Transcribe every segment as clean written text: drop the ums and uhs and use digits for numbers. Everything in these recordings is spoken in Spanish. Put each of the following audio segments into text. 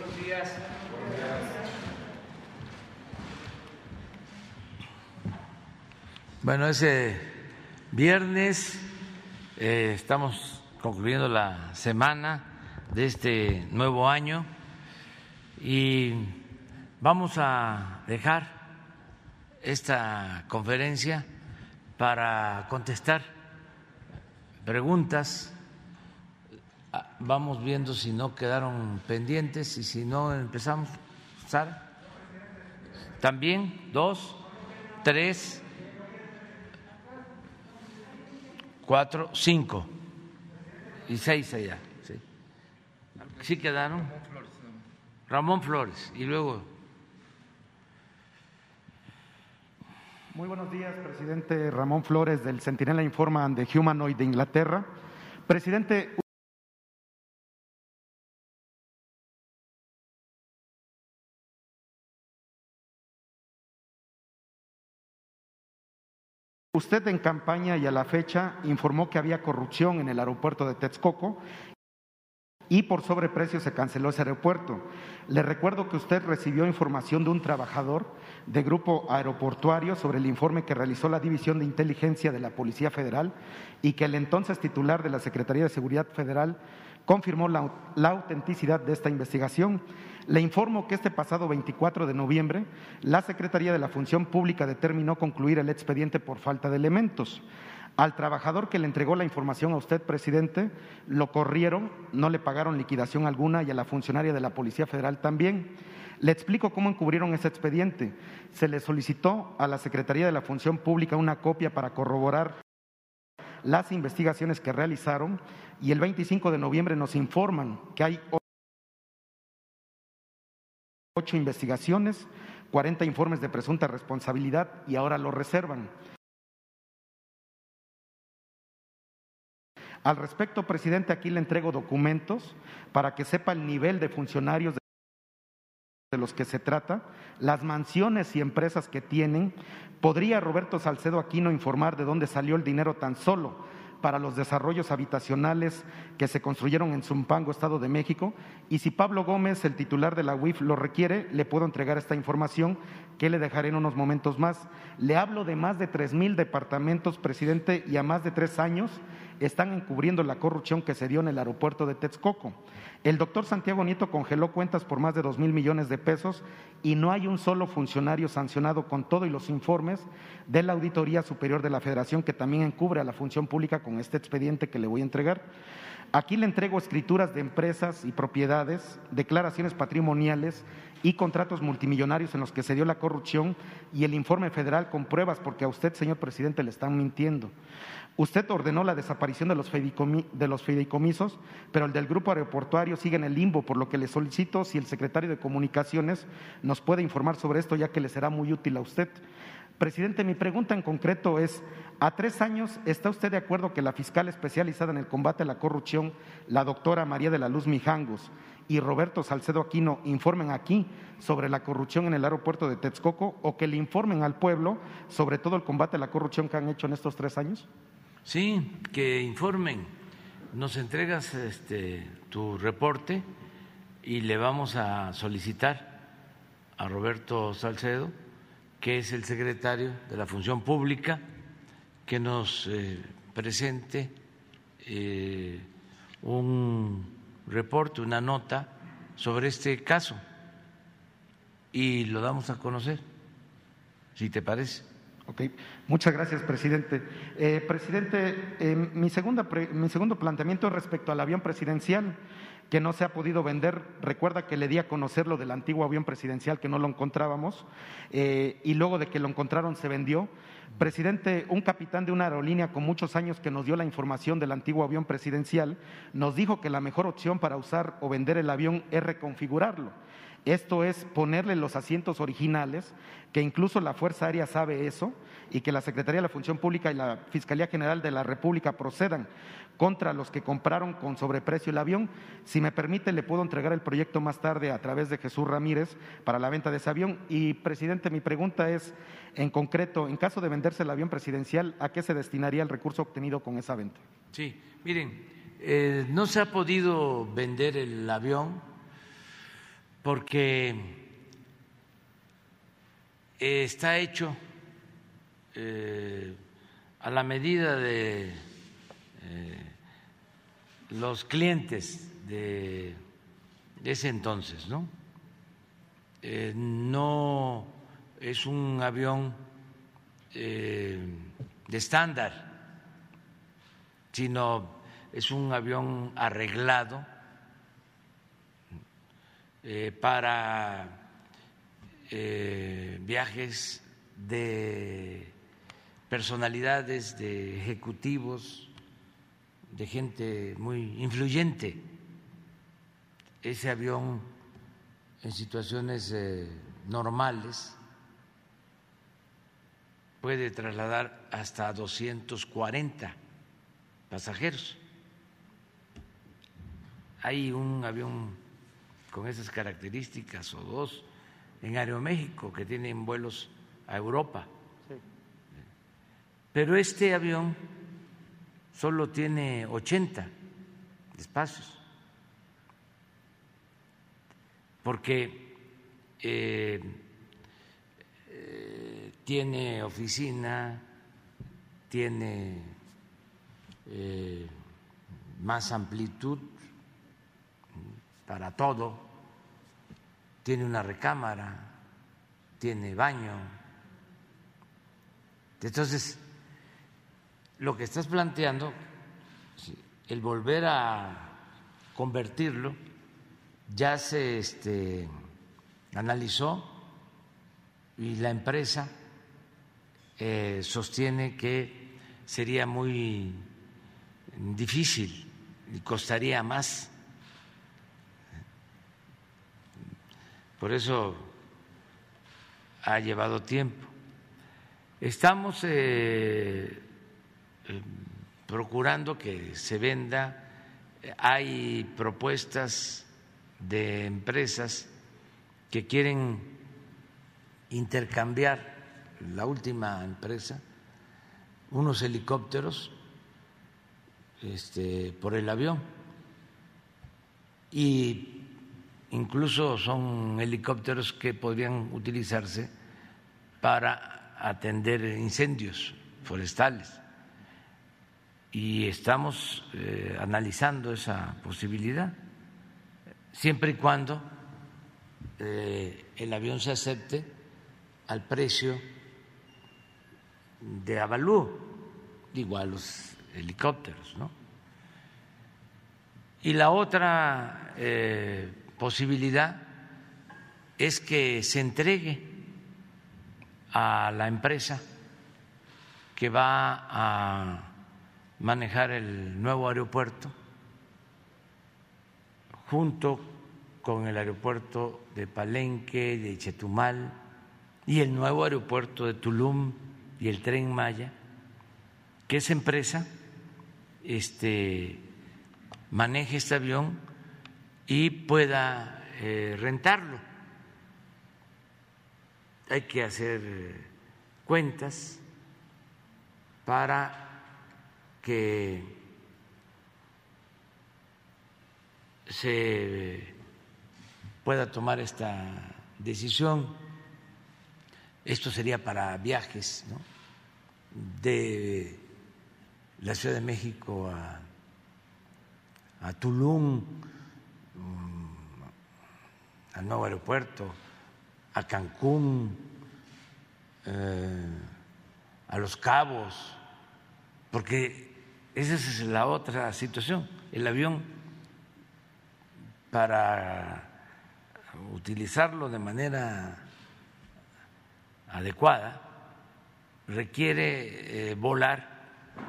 Buenos días. Bueno, ese viernes estamos concluyendo la semana de este nuevo año y vamos a dejar esta conferencia para contestar preguntas. Vamos viendo si no quedaron pendientes y si no empezamos. ¿Sara? También 2, 3, 4, 5 y 6 allá. ¿Sí quedaron? Ramón Flores y luego. Muy buenos días, presidente. Ramón Flores del Centinela Informa de Humanoid de Inglaterra. Presidente, usted en campaña y a la fecha informó que había corrupción en el aeropuerto de Texcoco y por sobreprecio se canceló ese aeropuerto. Le recuerdo que usted recibió información de un trabajador de Grupo Aeroportuario sobre el informe que realizó la División de Inteligencia de la Policía Federal y que el entonces titular de la Secretaría de Seguridad Federal confirmó la autenticidad de esta investigación. Le informo que este pasado 24 de noviembre la Secretaría de la Función Pública determinó concluir el expediente por falta de elementos. Al trabajador que le entregó la información a usted, presidente, lo corrieron, no le pagaron liquidación alguna y a la funcionaria de la Policía Federal también. Le explico cómo encubrieron ese expediente. Se le solicitó a la Secretaría de la Función Pública una copia para corroborar las investigaciones que realizaron y el 25 de noviembre nos informan que hay 8 investigaciones, 40 informes de presunta responsabilidad y ahora lo reservan. Al respecto, presidente, aquí le entrego documentos para que sepa el nivel de funcionarios de los que se trata, las mansiones y empresas que tienen. ¿Podría Roberto Salcedo Aquino informar de dónde salió el dinero tan solo para los desarrollos habitacionales que se construyeron en Zumpango, Estado de México? Y si Pablo Gómez, el titular de la UIF, lo requiere, le puedo entregar esta información que le dejaré en unos momentos más. Le hablo de más de 3,000 departamentos, presidente, y a más de 3 años están encubriendo la corrupción que se dio en el aeropuerto de Texcoco. El doctor Santiago Nieto congeló cuentas por más de 2,000 millones de pesos y no hay un solo funcionario sancionado con todo y los informes de la Auditoría Superior de la Federación que también encubre a la función pública con este expediente que le voy a entregar. Aquí le entrego escrituras de empresas y propiedades, declaraciones patrimoniales y contratos multimillonarios en los que se dio la corrupción y el informe federal con pruebas, porque a usted, señor presidente, le están mintiendo. Usted ordenó la desaparición de los fideicomisos, pero el del Grupo Aeroportuario sigue en el limbo, por lo que le solicito si el secretario de Comunicaciones nos puede informar sobre esto, ya que le será muy útil a usted. Presidente, mi pregunta en concreto es, a 3 años, ¿está usted de acuerdo que la fiscal especializada en el combate a la corrupción, la doctora María de la Luz Mijangos y Roberto Salcedo Aquino, informen aquí sobre la corrupción en el aeropuerto de Texcoco o que le informen al pueblo sobre todo el combate a la corrupción que han hecho en estos 3 años? Sí, que informen. Nos entregas tu reporte y le vamos a solicitar a Roberto Salcedo, que es el secretario de la Función Pública, que nos presente un reporte, una nota sobre este caso y lo damos a conocer, si te parece. Ok, muchas gracias, presidente. Presidente, mi segundo planteamiento es respecto al avión presidencial que no se ha podido vender. Recuerda que le di a conocer lo del antiguo avión presidencial, que no lo encontrábamos, y luego de que lo encontraron se vendió. Presidente, un capitán de una aerolínea con muchos años que nos dio la información del antiguo avión presidencial nos dijo que la mejor opción para usar o vender el avión es reconfigurarlo. Esto es ponerle los asientos originales, que incluso la Fuerza Aérea sabe eso, y que la Secretaría de la Función Pública y la Fiscalía General de la República procedan contra los que compraron con sobreprecio el avión. Si me permite, le puedo entregar el proyecto más tarde a través de Jesús Ramírez para la venta de ese avión. Y, presidente, mi pregunta es, en concreto, en caso de venderse el avión presidencial, ¿a qué se destinaría el recurso obtenido con esa venta? Sí, miren, no se ha podido vender el avión porque está hecho a la medida de los clientes de ese entonces, ¿no? No es un avión de estándar, sino es un avión arreglado para viajes de personalidades, de ejecutivos, de gente muy influyente. Ese avión en situaciones normales puede trasladar hasta 240 pasajeros. Hay un avión con esas características o dos en Aeroméxico que tienen vuelos a Europa. Sí. Pero este avión solo tiene 80 espacios, porque tiene oficina, tiene más amplitud para todo, tiene una recámara, tiene baño. Entonces, lo que estás planteando, el volver a convertirlo, ya se analizó y la empresa sostiene que sería muy difícil y costaría más. Por eso ha llevado tiempo. Estamos procurando que se venda. Hay propuestas de empresas que quieren intercambiar, la última empresa, unos helicópteros por el avión, y incluso son helicópteros que podrían utilizarse para atender incendios forestales, y estamos analizando esa posibilidad, siempre y cuando el avión se acepte al precio de avalúo, igual los helicópteros, ¿no? Y la otra posibilidad es que se entregue a la empresa que va a manejar el nuevo aeropuerto junto con el aeropuerto de Palenque, de Chetumal y el nuevo aeropuerto de Tulum y el Tren Maya, que esa empresa maneje este avión y pueda rentarlo. Hay que hacer cuentas para que se pueda tomar esta decisión. Esto sería para viajes, ¿no?, de la Ciudad de México a Tulum, al nuevo aeropuerto, a Cancún, a Los Cabos, porque esa es la otra situación. El avión, para utilizarlo de manera adecuada, requiere volar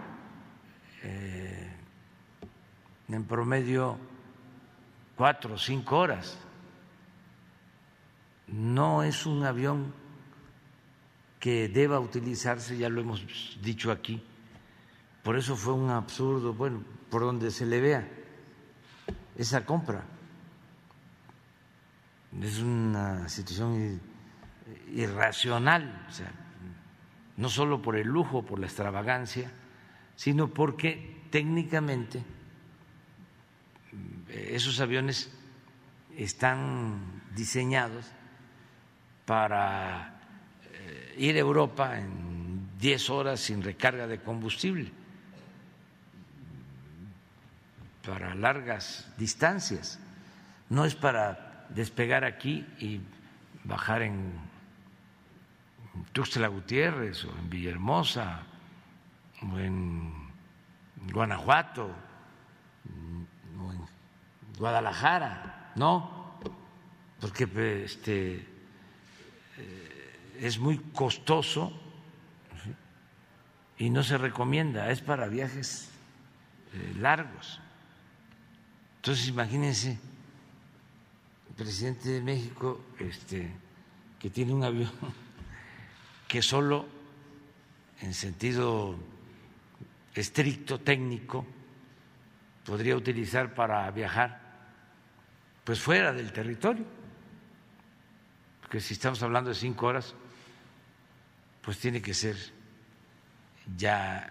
en promedio 4 o 5 horas. No es un avión que deba utilizarse, ya lo hemos dicho aquí. Por eso fue un absurdo, bueno, por donde se le vea, esa compra. Es una situación irracional, o sea, no solo por el lujo, por la extravagancia, sino porque técnicamente esos aviones están diseñados para ir a Europa en 10 horas sin recarga de combustible, para largas distancias. No es para despegar aquí y bajar en Tuxtla Gutiérrez o en Villahermosa o en Guanajuato o en Guadalajara, no, porque es muy costoso y no se recomienda, es para viajes largos. Entonces, imagínense, el presidente de México, que tiene un avión que solo en sentido estricto, técnico, podría utilizar para viajar pues fuera del territorio, porque si estamos hablando de 5 horas, pues tiene que ser ya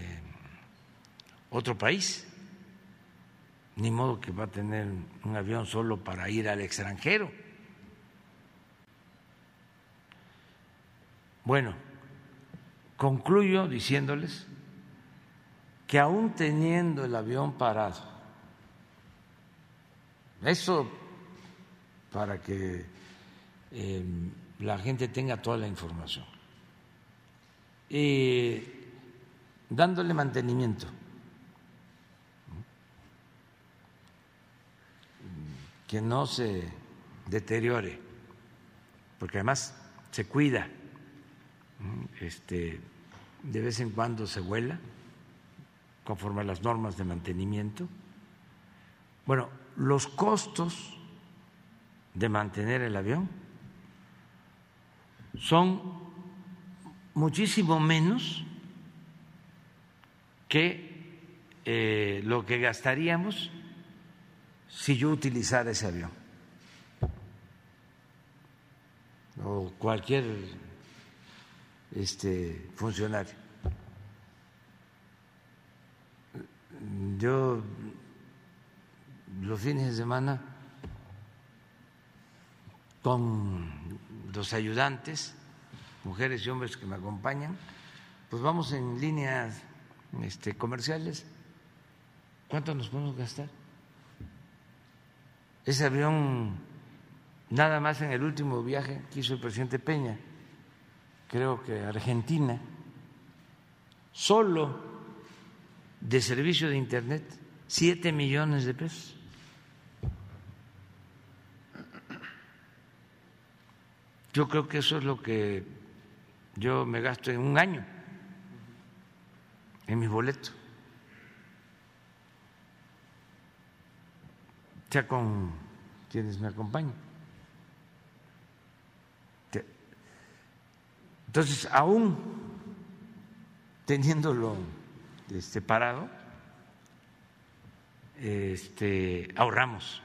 otro país. Ni modo que va a tener un avión solo para ir al extranjero. Bueno, concluyo diciéndoles que aún teniendo el avión parado, eso para que la gente tenga toda la información, dándole mantenimiento, que no se deteriore, porque además se cuida, de vez en cuando se vuela conforme a las normas de mantenimiento. Bueno, los costos de mantener el avión son muchísimo menos que lo que gastaríamos si yo utilizara ese avión o cualquier funcionario. Yo los fines de semana con los ayudantes, mujeres y hombres que me acompañan, pues vamos en líneas comerciales. ¿Cuánto nos podemos gastar? Ese avión, nada más en el último viaje que hizo el presidente Peña, creo que Argentina, solo de servicio de Internet, 7 millones de pesos. Yo creo que eso es lo que yo me gasto en un año en mis boletos, ya con quienes me acompañan. Entonces, aún teniéndolo parado, ahorramos,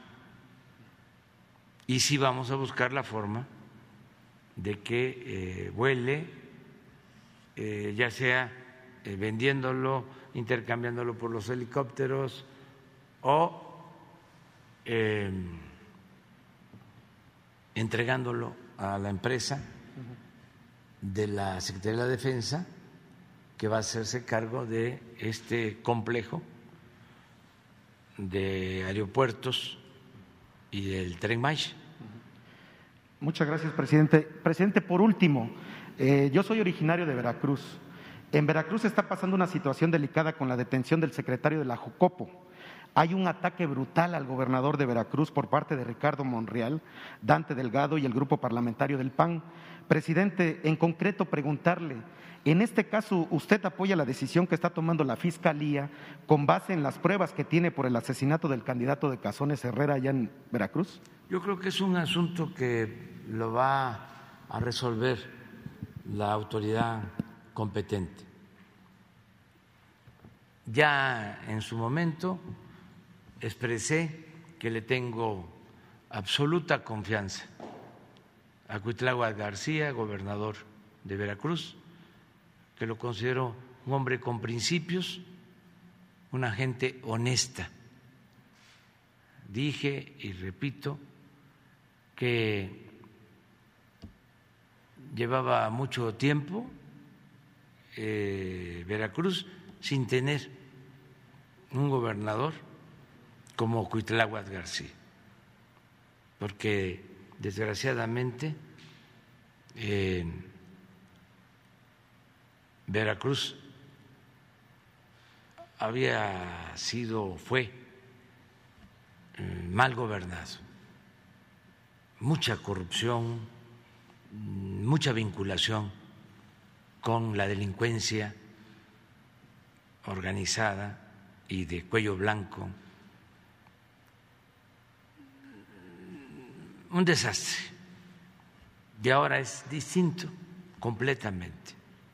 y sí vamos a buscar la forma de que vuele, ya sea vendiéndolo, intercambiándolo por los helicópteros o entregándolo a la empresa de la Secretaría de la Defensa, que va a hacerse cargo de este complejo de aeropuertos y del Tren Maya. Muchas gracias, presidente. Presidente, por último, yo soy originario de Veracruz. En Veracruz está pasando una situación delicada con la detención del secretario de la Jucopo. Hay un ataque brutal al gobernador de Veracruz por parte de Ricardo Monreal, Dante Delgado y el grupo parlamentario del PAN. Presidente, en concreto preguntarle, en este caso, ¿usted apoya la decisión que está tomando la Fiscalía con base en las pruebas que tiene por el asesinato del candidato de Cazones Herrera allá en Veracruz? Yo creo que es un asunto que lo va a resolver la autoridad competente. Ya en su momento expresé que le tengo absoluta confianza a Cuitláhuac García, gobernador de Veracruz, que lo considero un hombre con principios, una gente honesta. Dije y repito que llevaba mucho tiempo Veracruz sin tener un gobernador como Cuitláhuac García, porque desgraciadamente Veracruz fue mal gobernado, mucha corrupción, mucha vinculación con la delincuencia organizada y de cuello blanco, un desastre. Y ahora es distinto completamente.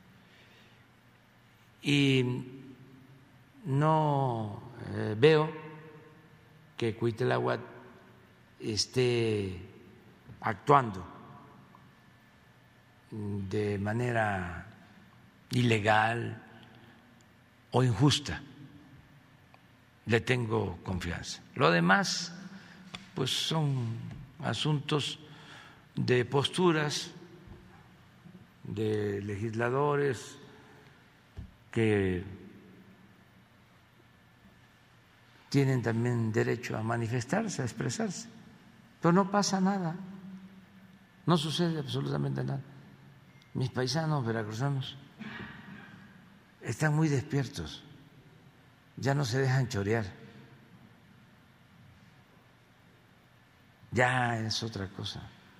Y no veo que Cuitláhuac esté actuando de manera ilegal o injusta. Le tengo confianza. Lo demás, pues son asuntos de posturas de legisladores que tienen también derecho a manifestarse, a expresarse, pero no pasa nada, no sucede absolutamente nada. Mis paisanos veracruzanos están muy despiertos, ya no se dejan chorear, ya es otra cosa.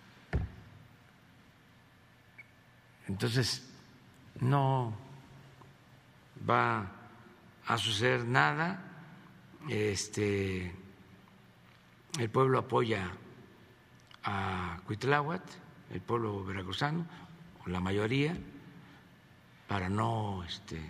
Entonces, no va a suceder nada. El pueblo apoya a Cuitláhuac, el pueblo veracruzano, la mayoría, para no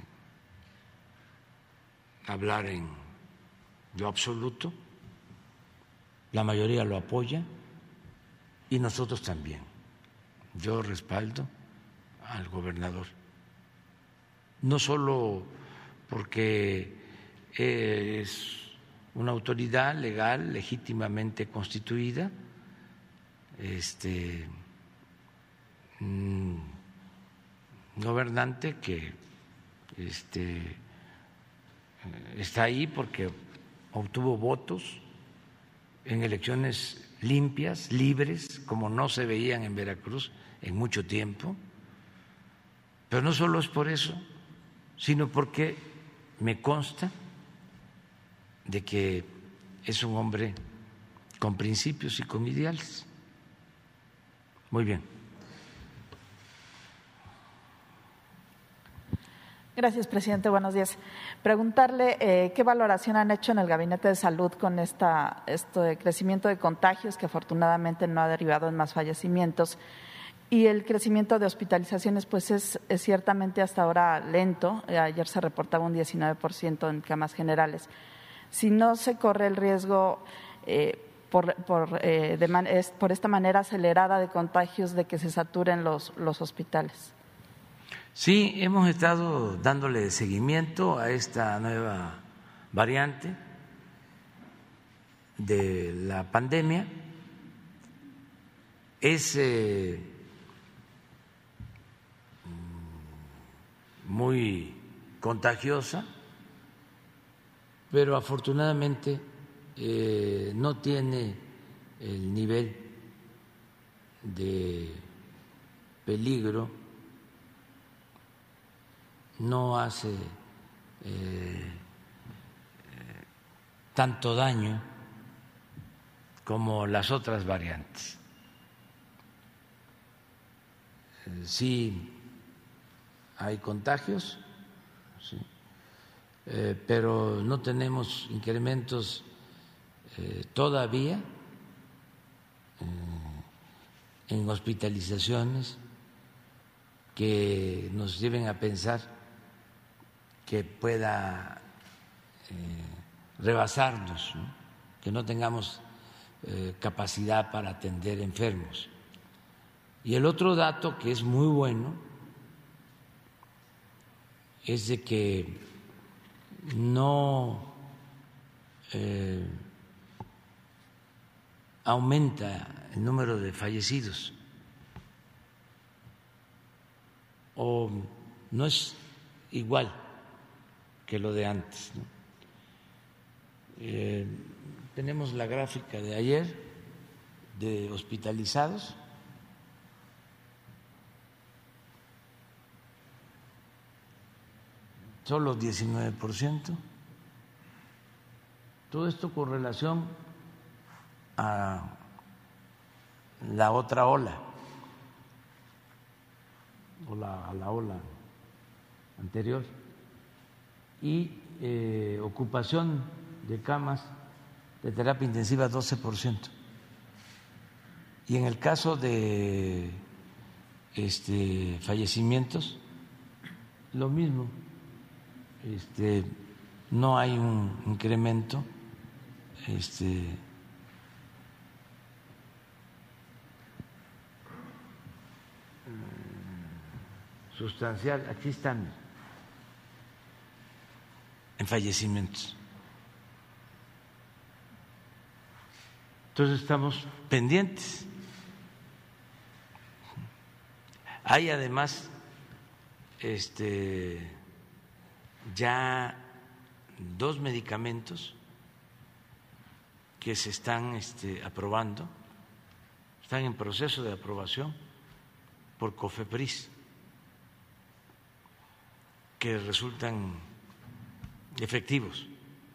hablar en lo absoluto, la mayoría lo apoya y nosotros también. Yo respaldo al gobernador, no solo porque es una autoridad legal, legítimamente constituida, gobernante que está ahí porque obtuvo votos en elecciones limpias, libres, como no se veían en Veracruz en mucho tiempo. Pero no solo es por eso, sino porque me consta de que es un hombre con principios y con ideales. Muy bien. Gracias, presidente. Buenos días. Preguntarle qué valoración han hecho en el Gabinete de Salud con este crecimiento de contagios que afortunadamente no ha derivado en más fallecimientos, y el crecimiento de hospitalizaciones pues es ciertamente hasta ahora lento. Ayer se reportaba un 19% en camas generales. Si no se corre el riesgo por esta manera acelerada de contagios de que se saturen los hospitales. Sí, hemos estado dándole seguimiento a esta nueva variante de la pandemia. Es muy contagiosa, pero afortunadamente no tiene el nivel de peligro, no hace tanto daño como las otras variantes. Sí hay contagios, sí, pero no tenemos incrementos todavía en hospitalizaciones que nos lleven a pensar que pueda rebasarnos, ¿no? Que no tengamos capacidad para atender enfermos. Y el otro dato que es muy bueno es de que no aumenta el número de fallecidos o no es igual que lo de antes, ¿no? Tenemos la gráfica de ayer de hospitalizados. Solo 19%. Todo esto con relación a la otra ola, a la ola anterior. Y ocupación de camas de terapia intensiva 12%. Y en el caso de fallecimientos, lo mismo. No hay un incremento sustancial. Aquí están en fallecimientos. Entonces estamos pendientes. Hay además ya 2 medicamentos que se están aprobando, están en proceso de aprobación por COFEPRIS, que resultan efectivos,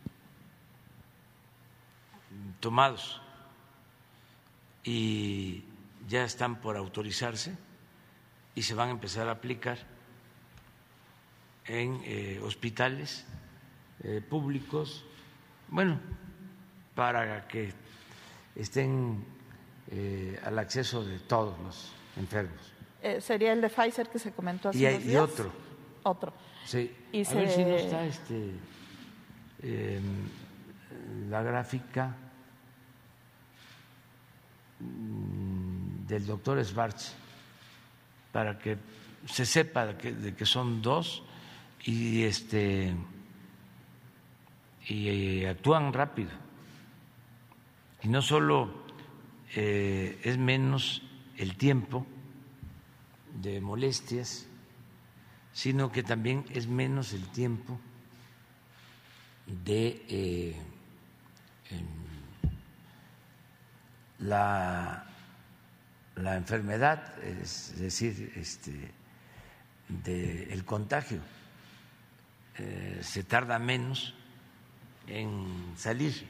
tomados, y ya están por autorizarse y se van a empezar a aplicar en hospitales públicos, bueno, para que estén al acceso de todos los enfermos. ¿Sería el de Pfizer que se comentó hace unos días? Y otro. Otro. Sí. Y a ver si no está la gráfica del doctor Schwartz, para que se sepa de que son 2 y y actúan rápido. Y no solo es menos el tiempo de molestias, sino que también es menos el tiempo de la enfermedad, es decir, del contagio. Se tarda menos en salir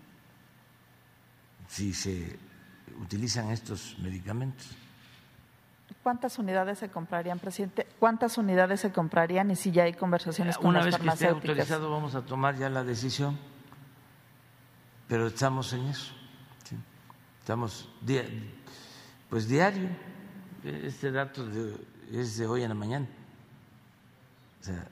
si se utilizan estos medicamentos. ¿Cuántas unidades se comprarían, presidente? ¿Cuántas unidades se comprarían y si ya hay conversaciones con las farmacéuticas? Una vez que esté autorizado vamos a tomar ya la decisión, pero estamos en eso. ¿Sí? Estamos pues diario. Este dato es de hoy en la mañana. O sea,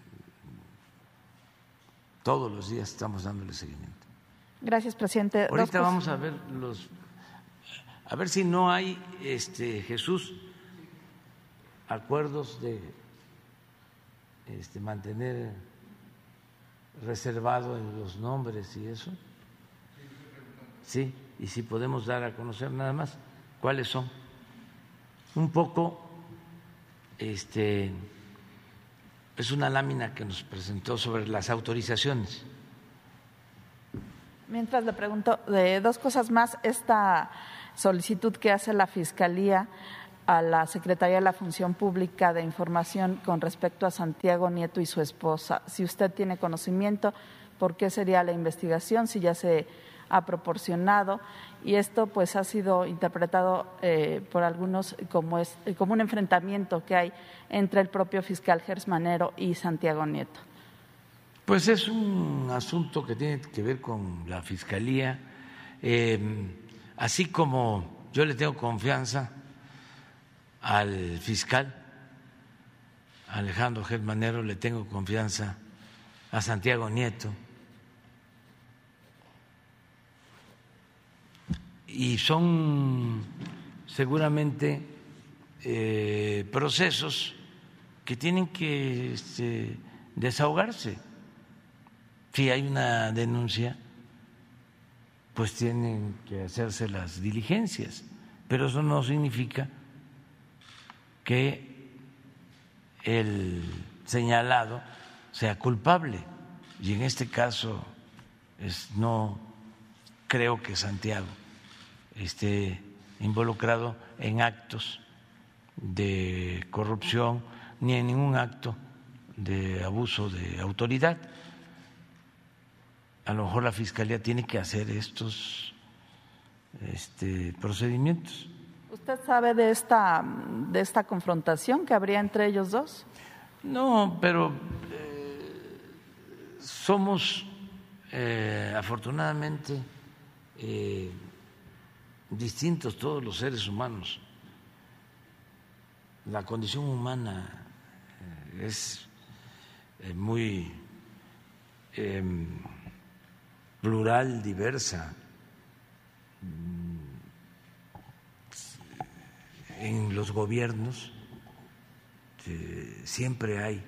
todos los días estamos dándole seguimiento. Gracias, presidente. Ahorita vamos a ver a ver si no hay, Jesús, acuerdos de mantener reservado en los nombres y eso. Sí, y si podemos dar a conocer nada más cuáles son. Un poco, es una lámina que nos presentó sobre las autorizaciones. Mientras le pregunto de 2 cosas más, esta solicitud que hace la Fiscalía a la Secretaría de la Función Pública de Información con respecto a Santiago Nieto y su esposa. Si usted tiene conocimiento, ¿por qué sería la investigación? Si ya se ha proporcionado. Y esto pues ha sido interpretado por algunos como un enfrentamiento que hay entre el propio fiscal Gers Manero y Santiago Nieto. Pues es un asunto que tiene que ver con la Fiscalía. Así como yo le tengo confianza al fiscal Alejandro Gers Manero, le tengo confianza a Santiago Nieto. Y son seguramente procesos que tienen que desahogarse. Si hay una denuncia, pues tienen que hacerse las diligencias, pero eso no significa que el señalado sea culpable, y en este caso no creo que Santiago esté involucrado en actos de corrupción ni en ningún acto de abuso de autoridad. A lo mejor la Fiscalía tiene que hacer estos procedimientos. ¿Usted sabe de esta confrontación que habría entre ellos dos? No, pero somos afortunadamente distintos todos los seres humanos. La condición humana es muy plural, diversa. En los gobiernos siempre hay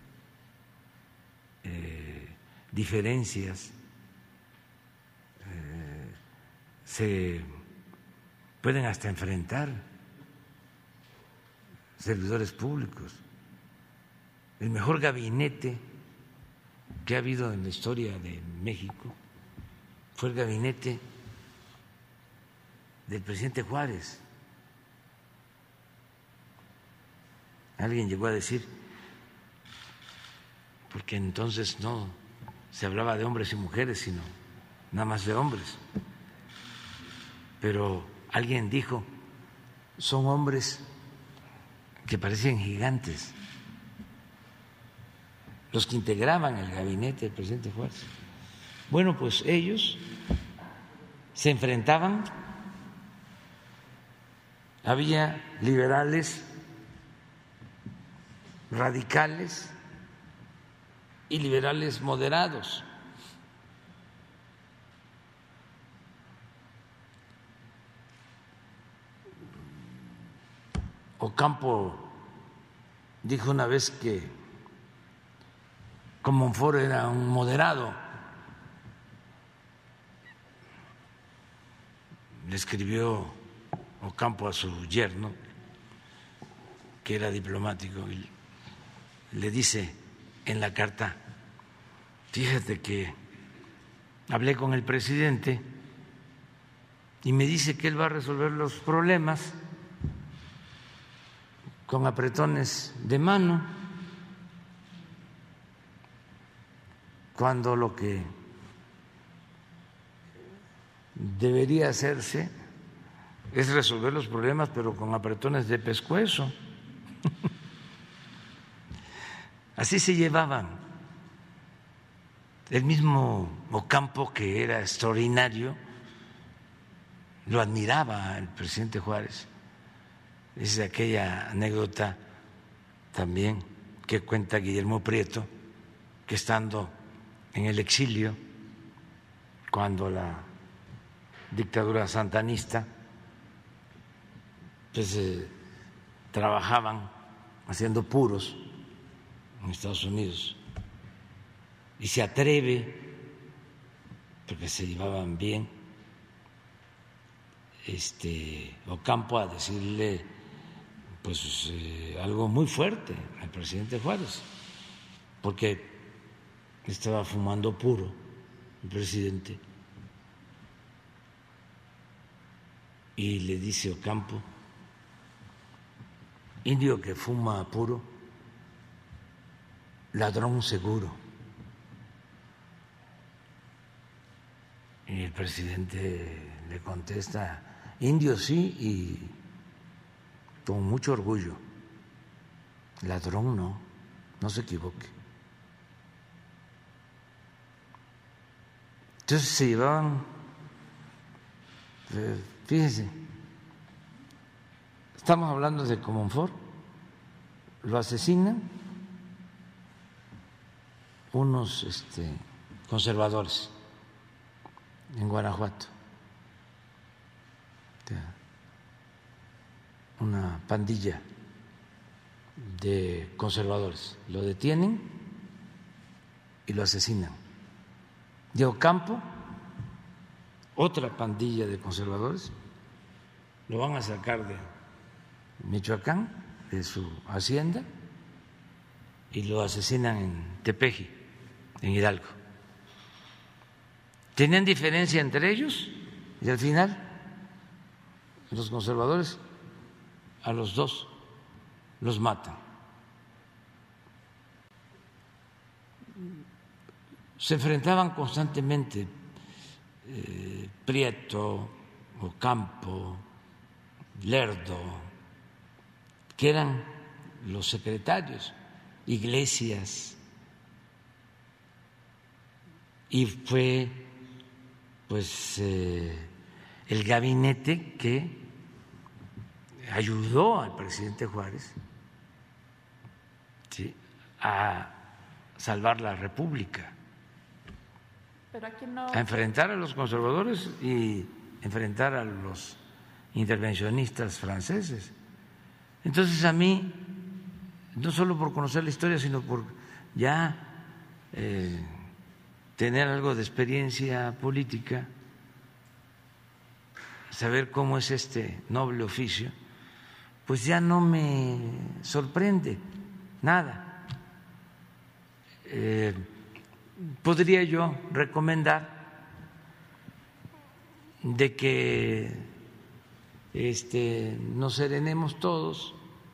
diferencias, se pueden hasta enfrentar servidores públicos. El mejor gabinete que ha habido en la historia de México fue el gabinete del presidente Juárez. Alguien llegó a decir, porque entonces no se hablaba de hombres y mujeres, sino nada más de hombres, pero alguien dijo, son hombres que parecían gigantes los que integraban el gabinete del presidente Juárez. Bueno, pues ellos se enfrentaban, había liberales, radicales y liberales moderados. Ocampo dijo una vez que Comonfort era un moderado. Le escribió Ocampo a su yerno, que era diplomático, y le dice en la carta, fíjate que hablé con el presidente y me dice que él va a resolver los problemas con apretones de mano, cuando lo que debería hacerse es resolver los problemas, pero con apretones de pescuezo. Así se llevaban. El mismo Ocampo, que era extraordinario, lo admiraba el presidente Juárez. Es de aquella anécdota también que cuenta Guillermo Prieto, que estando en el exilio, cuando la dictadura santanista, pues trabajaban haciendo puros en Estados Unidos, y se atreve, porque se llevaban bien, Ocampo a decirle pues algo muy fuerte al presidente Juárez, porque estaba fumando puro el presidente, y le dice Ocampo, indio que fuma puro, ladrón seguro. Y el presidente le contesta, indio sí, y con mucho orgullo, ladrón no, no se equivoque. Entonces se llevaban, fíjense, estamos hablando de Comonfort, lo asesinan unos conservadores en Guanajuato, una pandilla de conservadores, lo detienen y lo asesinan. De Ocampo otra pandilla de conservadores, lo van a sacar de Michoacán, de su hacienda, y lo asesinan en Tepeji, en Hidalgo. Tenían diferencia entre ellos y al final los conservadores a los dos los matan. Se enfrentaban constantemente Prieto, Ocampo, Lerdo, que eran los secretarios, Iglesias, y fue pues el gabinete que ayudó al presidente Juárez, ¿sí?, a salvar la República, pero aquí no... a enfrentar a los conservadores y enfrentar a los intervencionistas franceses. Entonces a mí, no solo por conocer la historia, sino por ya tener algo de experiencia política, saber cómo es este noble oficio, pues ya no me sorprende nada. Podría yo recomendar de que nos serenemos todos,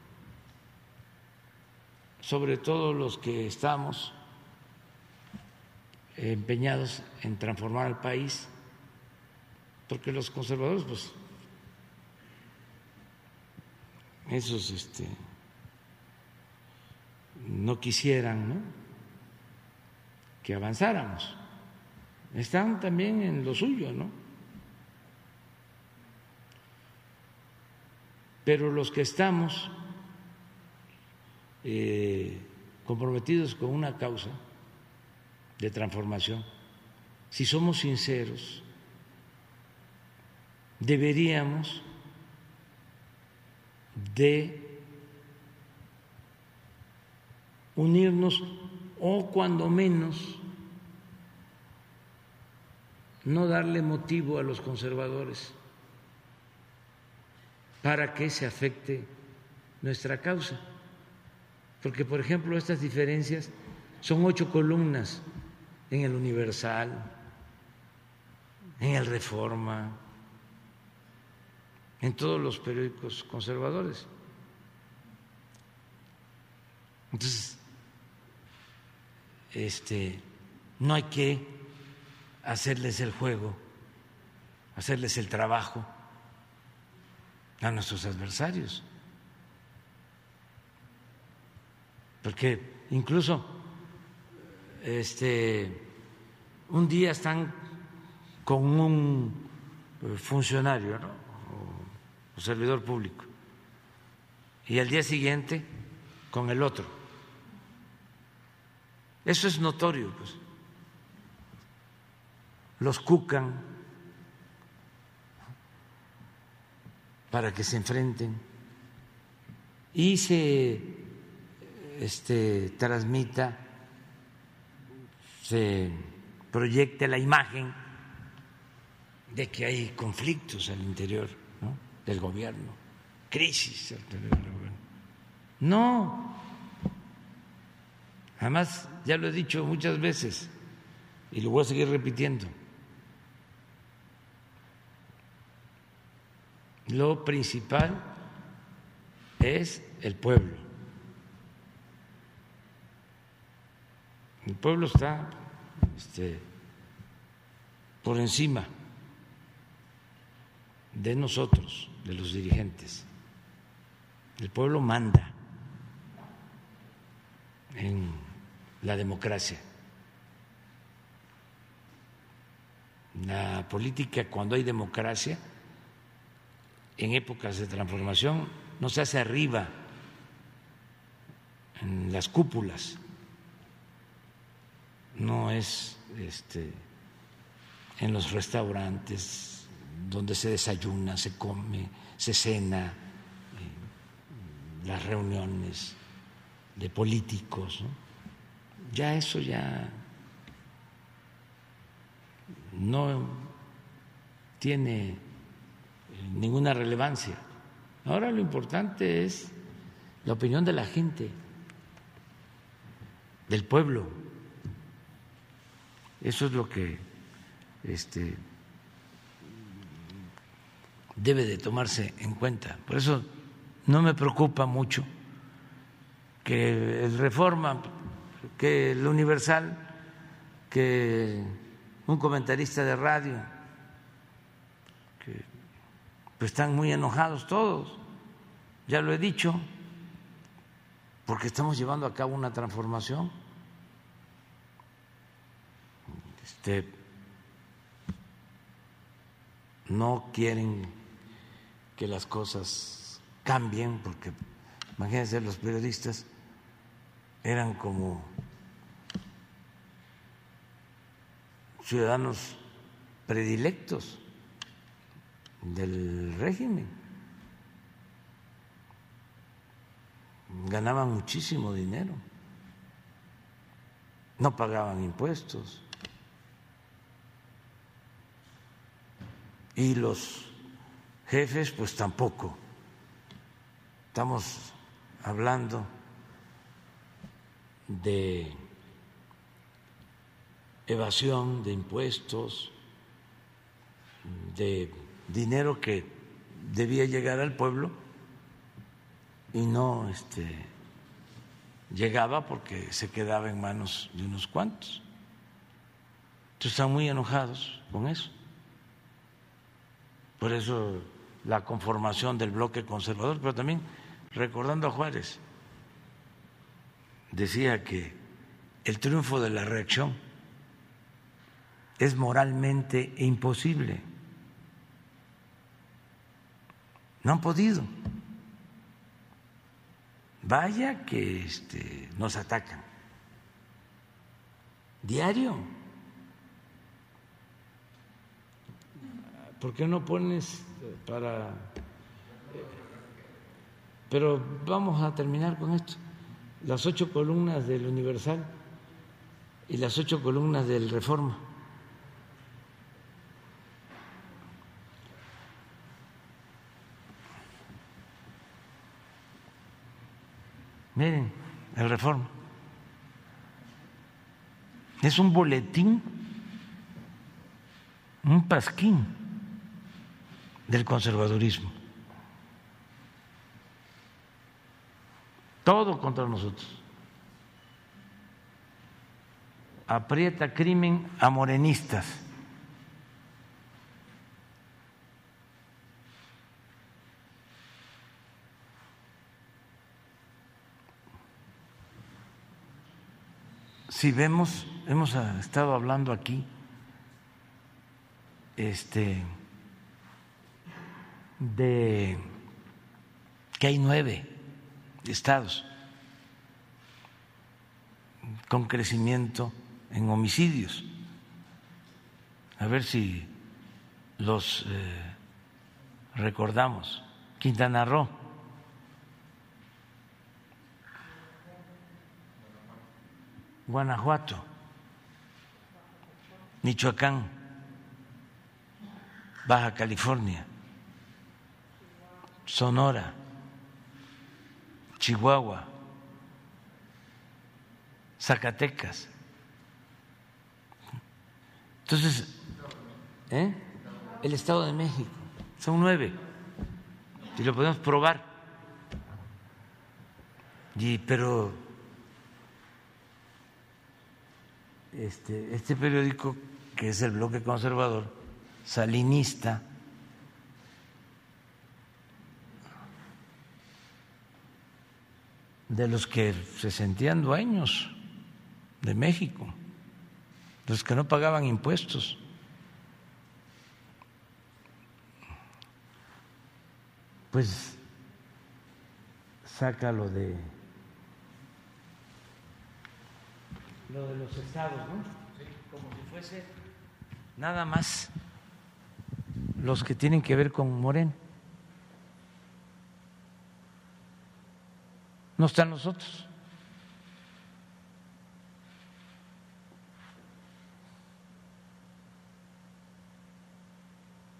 sobre todo los que estamos empeñados en transformar al país, porque los conservadores, pues, esos no quisieran, ¿no?, que avanzáramos. Están también en lo suyo, ¿no? Pero los que estamos comprometidos con una causa de transformación, si somos sinceros, deberíamos de unirnos, o cuando menos no darle motivo a los conservadores para que se afecte nuestra causa. Porque, por ejemplo, estas diferencias son 8 columnas en el Universal, en el Reforma, en todos los periódicos conservadores. Entonces, no hay que hacerles el juego, hacerles el trabajo a nuestros adversarios, porque incluso un día están con un funcionario, ¿no?, o servidor público, y al día siguiente con el otro. Eso es notorio, pues. Los cucan para que se enfrenten y se transmita, se proyecte la imagen de que hay conflictos al interior, ¿no?, del gobierno, crisis al interior del gobierno. No. Además, ya lo he dicho muchas veces y lo voy a seguir repitiendo. Lo principal es el pueblo. El pueblo está por encima de nosotros, de los dirigentes. El pueblo manda en la democracia. La política, cuando hay democracia, en épocas de transformación, no se hace arriba, en las cúpulas, no es en los restaurantes donde se desayuna, se come, se cena, las reuniones de políticos, ¿no? Ya eso ya no tiene ninguna relevancia. Ahora lo importante es la opinión de la gente, del pueblo. Eso es lo que debe de tomarse en cuenta. Por eso no me preocupa mucho que el Reforma, que el Universal, que un comentarista de radio, que pues están muy enojados todos, ya lo he dicho, porque estamos llevando a cabo una transformación. No quieren que las cosas cambien, porque imagínense, los periodistas eran como ciudadanos predilectos del régimen, ganaban muchísimo dinero, no pagaban impuestos, y los jefes pues tampoco. Estamos hablando de evasión de impuestos, de dinero que debía llegar al pueblo y no llegaba porque se quedaba en manos de unos cuantos. Entonces están muy enojados con eso. Por eso la conformación del bloque conservador, pero también recordando a Juárez, decía que el triunfo de la reacción es moralmente imposible. No han podido. Vaya que nos atacan diario. ¿Por qué no pones para...? Pero vamos a terminar con esto. Las 8 columnas del Universal y las 8 columnas del Reforma. Miren, el Reforma. Es un boletín, un pasquín del conservadurismo. Todo contra nosotros. Aprieta crimen a morenistas. Si vemos, hemos estado hablando aquí de que hay 9 estados con crecimiento en homicidios. A ver si los recordamos. Quintana Roo, Guanajuato, Michoacán, Baja California, Sonora, Chihuahua, Zacatecas. Entonces, el Estado de México, son 9, y lo podemos probar. Pero este periódico, que es el Bloque Conservador, salinista, de los que se sentían dueños de México, los que no pagaban impuestos, pues saca lo de los estados, ¿no? Sí. Como si fuese nada más los que tienen que ver con Morena. No están los otros.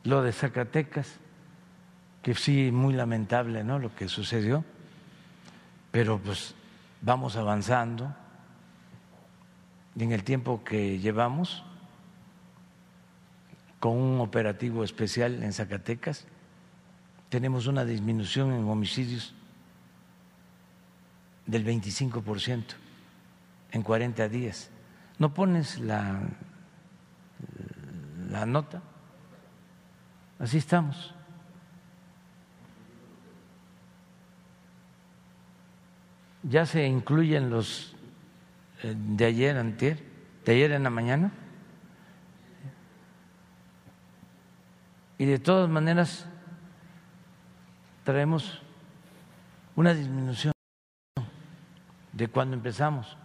Lo de Zacatecas, que sí, muy lamentable, ¿no?, lo que sucedió, pero pues vamos avanzando. Y en el tiempo que llevamos con un operativo especial en Zacatecas, tenemos una disminución en homicidios del 25% en 40 días. ¿No pones la nota? Así estamos. Ya se incluyen los de ayer, antier, de ayer en la mañana. Y de todas maneras traemos una disminución de cuando empezamos.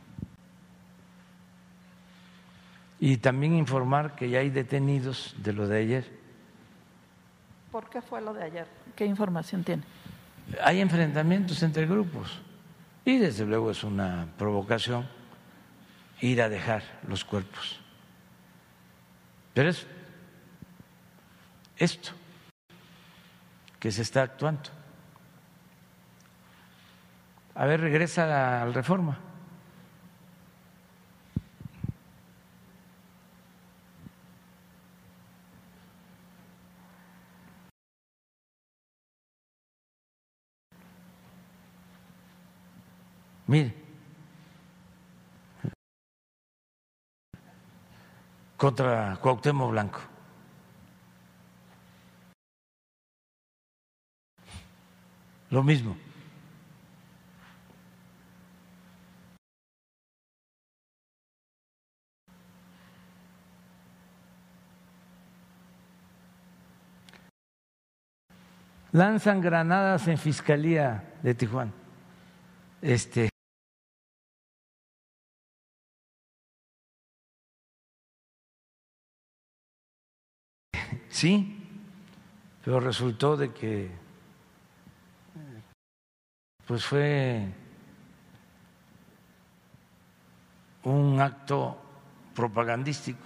Y también informar que ya hay detenidos de lo de ayer. ¿Por qué fue lo de ayer? ¿Qué información tiene? Hay enfrentamientos entre grupos y desde luego es una provocación ir a dejar los cuerpos. Pero es esto que se está actuando. A ver, regresa al Reforma. Mire, contra Cuauhtémoc Blanco. Lo mismo. Lanzan granadas en Fiscalía de Tijuana. Sí, pero resultó de que pues fue un acto propagandístico.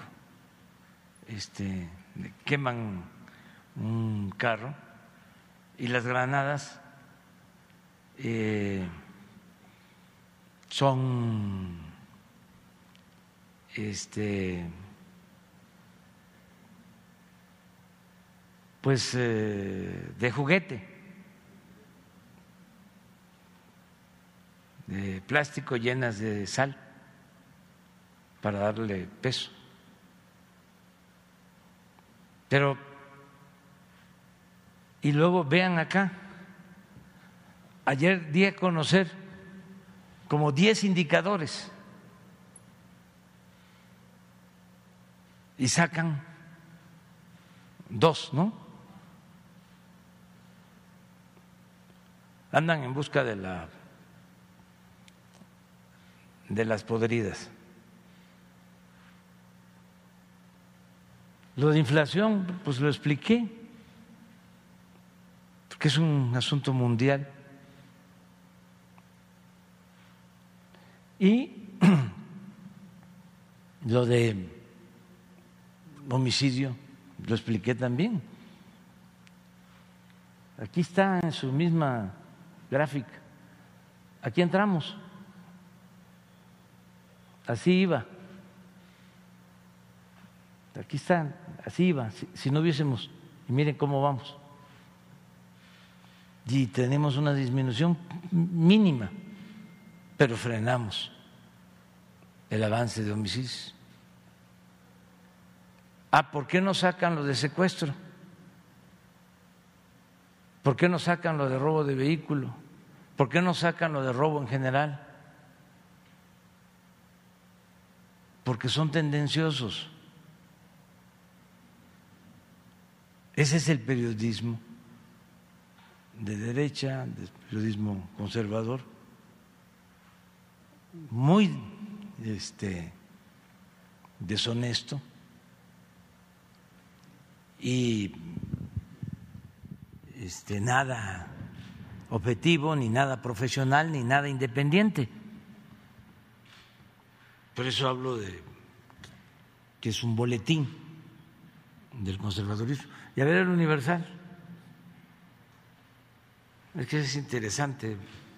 Queman un carro y las granadas son pues de juguete, de plástico, llenas de sal para darle peso. Pero, y luego vean acá, ayer di a conocer como 10 indicadores y sacan 2, ¿no? Andan en busca de las podridas. Lo de inflación, pues lo expliqué, porque es un asunto mundial. Y lo de homicidio, lo expliqué también. Aquí está en su misma gráfica. Aquí entramos. Así iba. Aquí está, así iba. Si no hubiésemos, y miren cómo vamos. Y tenemos una disminución mínima, pero frenamos el avance de homicidios. ¿Por qué no sacan lo de secuestro? ¿Por qué no sacan lo de robo de vehículo? ¿Por qué no sacan lo de robo en general? Porque son tendenciosos. Ese es el periodismo de derecha, el periodismo conservador, muy deshonesto y nada objetivo, ni nada profesional, ni nada independiente. Por eso hablo de que es un boletín del conservadurismo. Y a ver el Universal. Es que es interesante.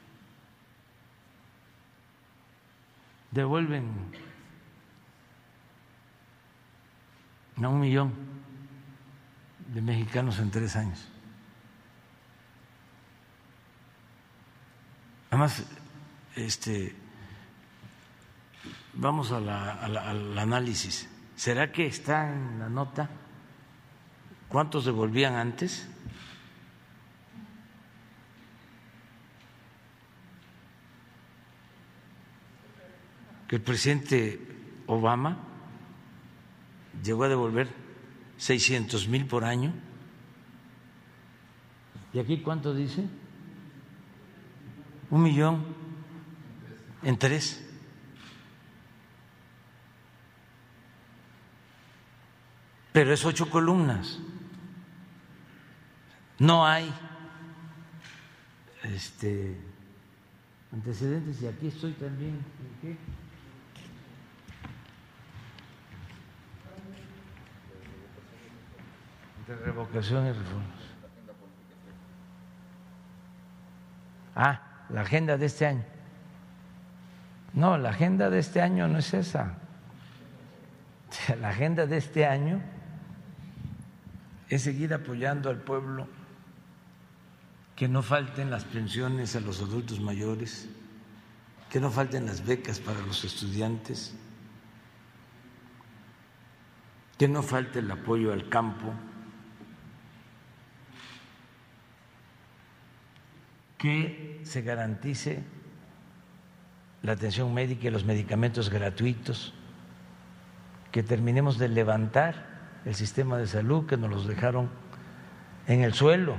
Devuelven a 1 millón de mexicanos en 3 años. Además, vamos al análisis. ¿Será que está en la nota cuántos devolvían antes? Que el presidente Obama llegó a devolver 600,000 por año. ¿Y aquí cuánto dice? 1 millón en 3. Pero es 8 columnas. No hay antecedentes, y aquí estoy también. ¿En qué? De revocación y reformas. La agenda de este año. No, la agenda de este año no es esa. La agenda de este año es seguir apoyando al pueblo, que no falten las pensiones a los adultos mayores, que no falten las becas para los estudiantes, que no falte el apoyo al campo, que se garantice la atención médica y los medicamentos gratuitos, que terminemos de levantar el sistema de salud, que nos los dejaron en el suelo,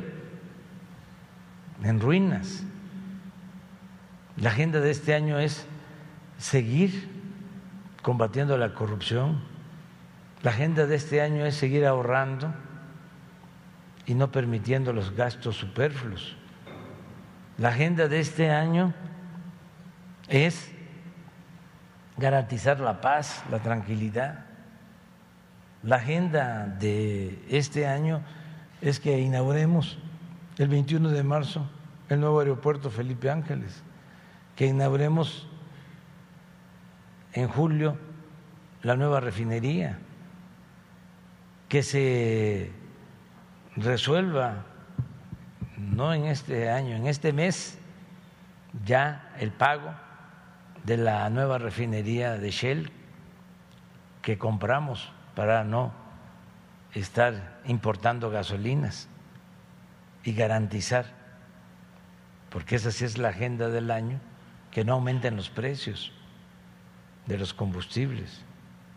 en ruinas. La agenda de este año es seguir combatiendo la corrupción. La agenda de este año es seguir ahorrando y no permitiendo los gastos superfluos. La agenda de este año es garantizar la paz, la tranquilidad. La agenda de este año es que inauguremos el 21 de marzo el nuevo aeropuerto Felipe Ángeles, que inauguremos en julio la nueva refinería, que se resuelva, no en este año, en este mes, ya el pago de la nueva refinería de Shell que compramos para no estar importando gasolinas y garantizar, porque esa sí es la agenda del año, que no aumenten los precios de los combustibles.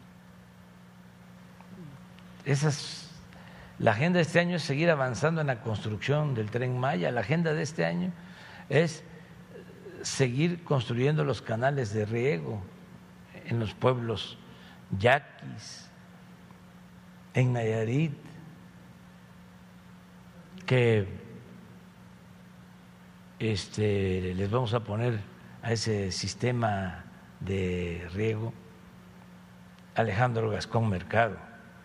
La agenda de este año es seguir avanzando en la construcción del Tren Maya. La agenda de este año es seguir construyendo los canales de riego en los pueblos yaquis, en Nayarit, que les vamos a poner a ese sistema de riego Alejandro Gascón Mercado,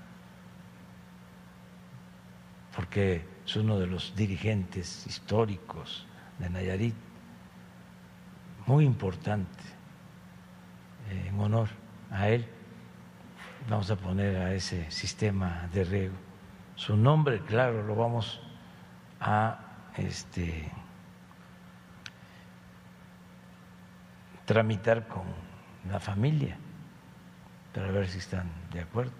porque es uno de los dirigentes históricos de Nayarit, muy importante. En honor a él vamos a poner a ese sistema de riego su nombre. Claro, lo vamos a tramitar con la familia para ver si están de acuerdo.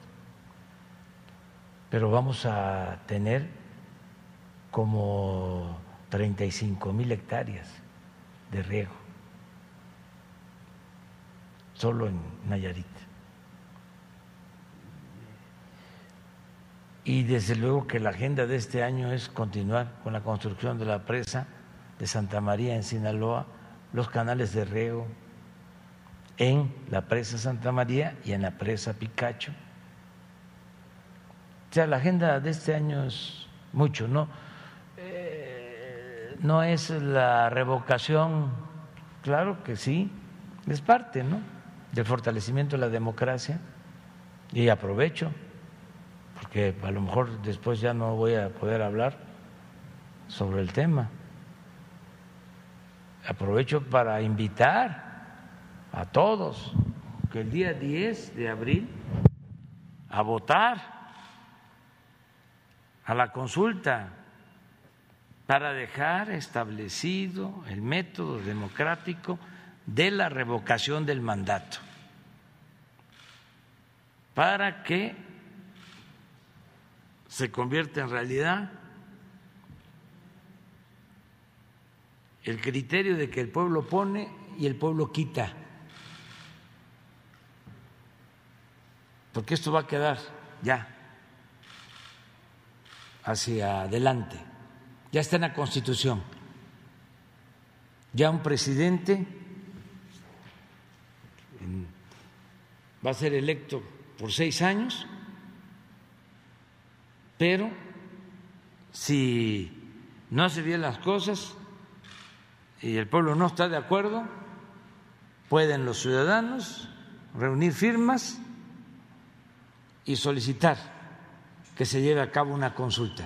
Pero vamos a tener como 35,000 hectáreas de riego solo en Nayarit. Y desde luego que la agenda de este año es continuar con la construcción de la presa de Santa María en Sinaloa, los canales de riego en la presa Santa María y en la presa Picacho. O sea, la agenda de este año es mucho, ¿no? No es la revocación, claro que sí, es parte, ¿no?, del fortalecimiento de la democracia, y aprovecho porque a lo mejor después ya no voy a poder hablar sobre el tema. Aprovecho para invitar a todos que el día 10 de abril a votar a la consulta para dejar establecido el método democrático de la revocación del mandato, para que se convierta en realidad el criterio de que el pueblo pone y el pueblo quita, porque esto va a quedar ya hacia adelante, ya está en la Constitución, ya un presidente va a ser electo por 6 años, pero si no hace bien las cosas y el pueblo no está de acuerdo, pueden los ciudadanos reunir firmas y solicitar que se lleve a cabo una consulta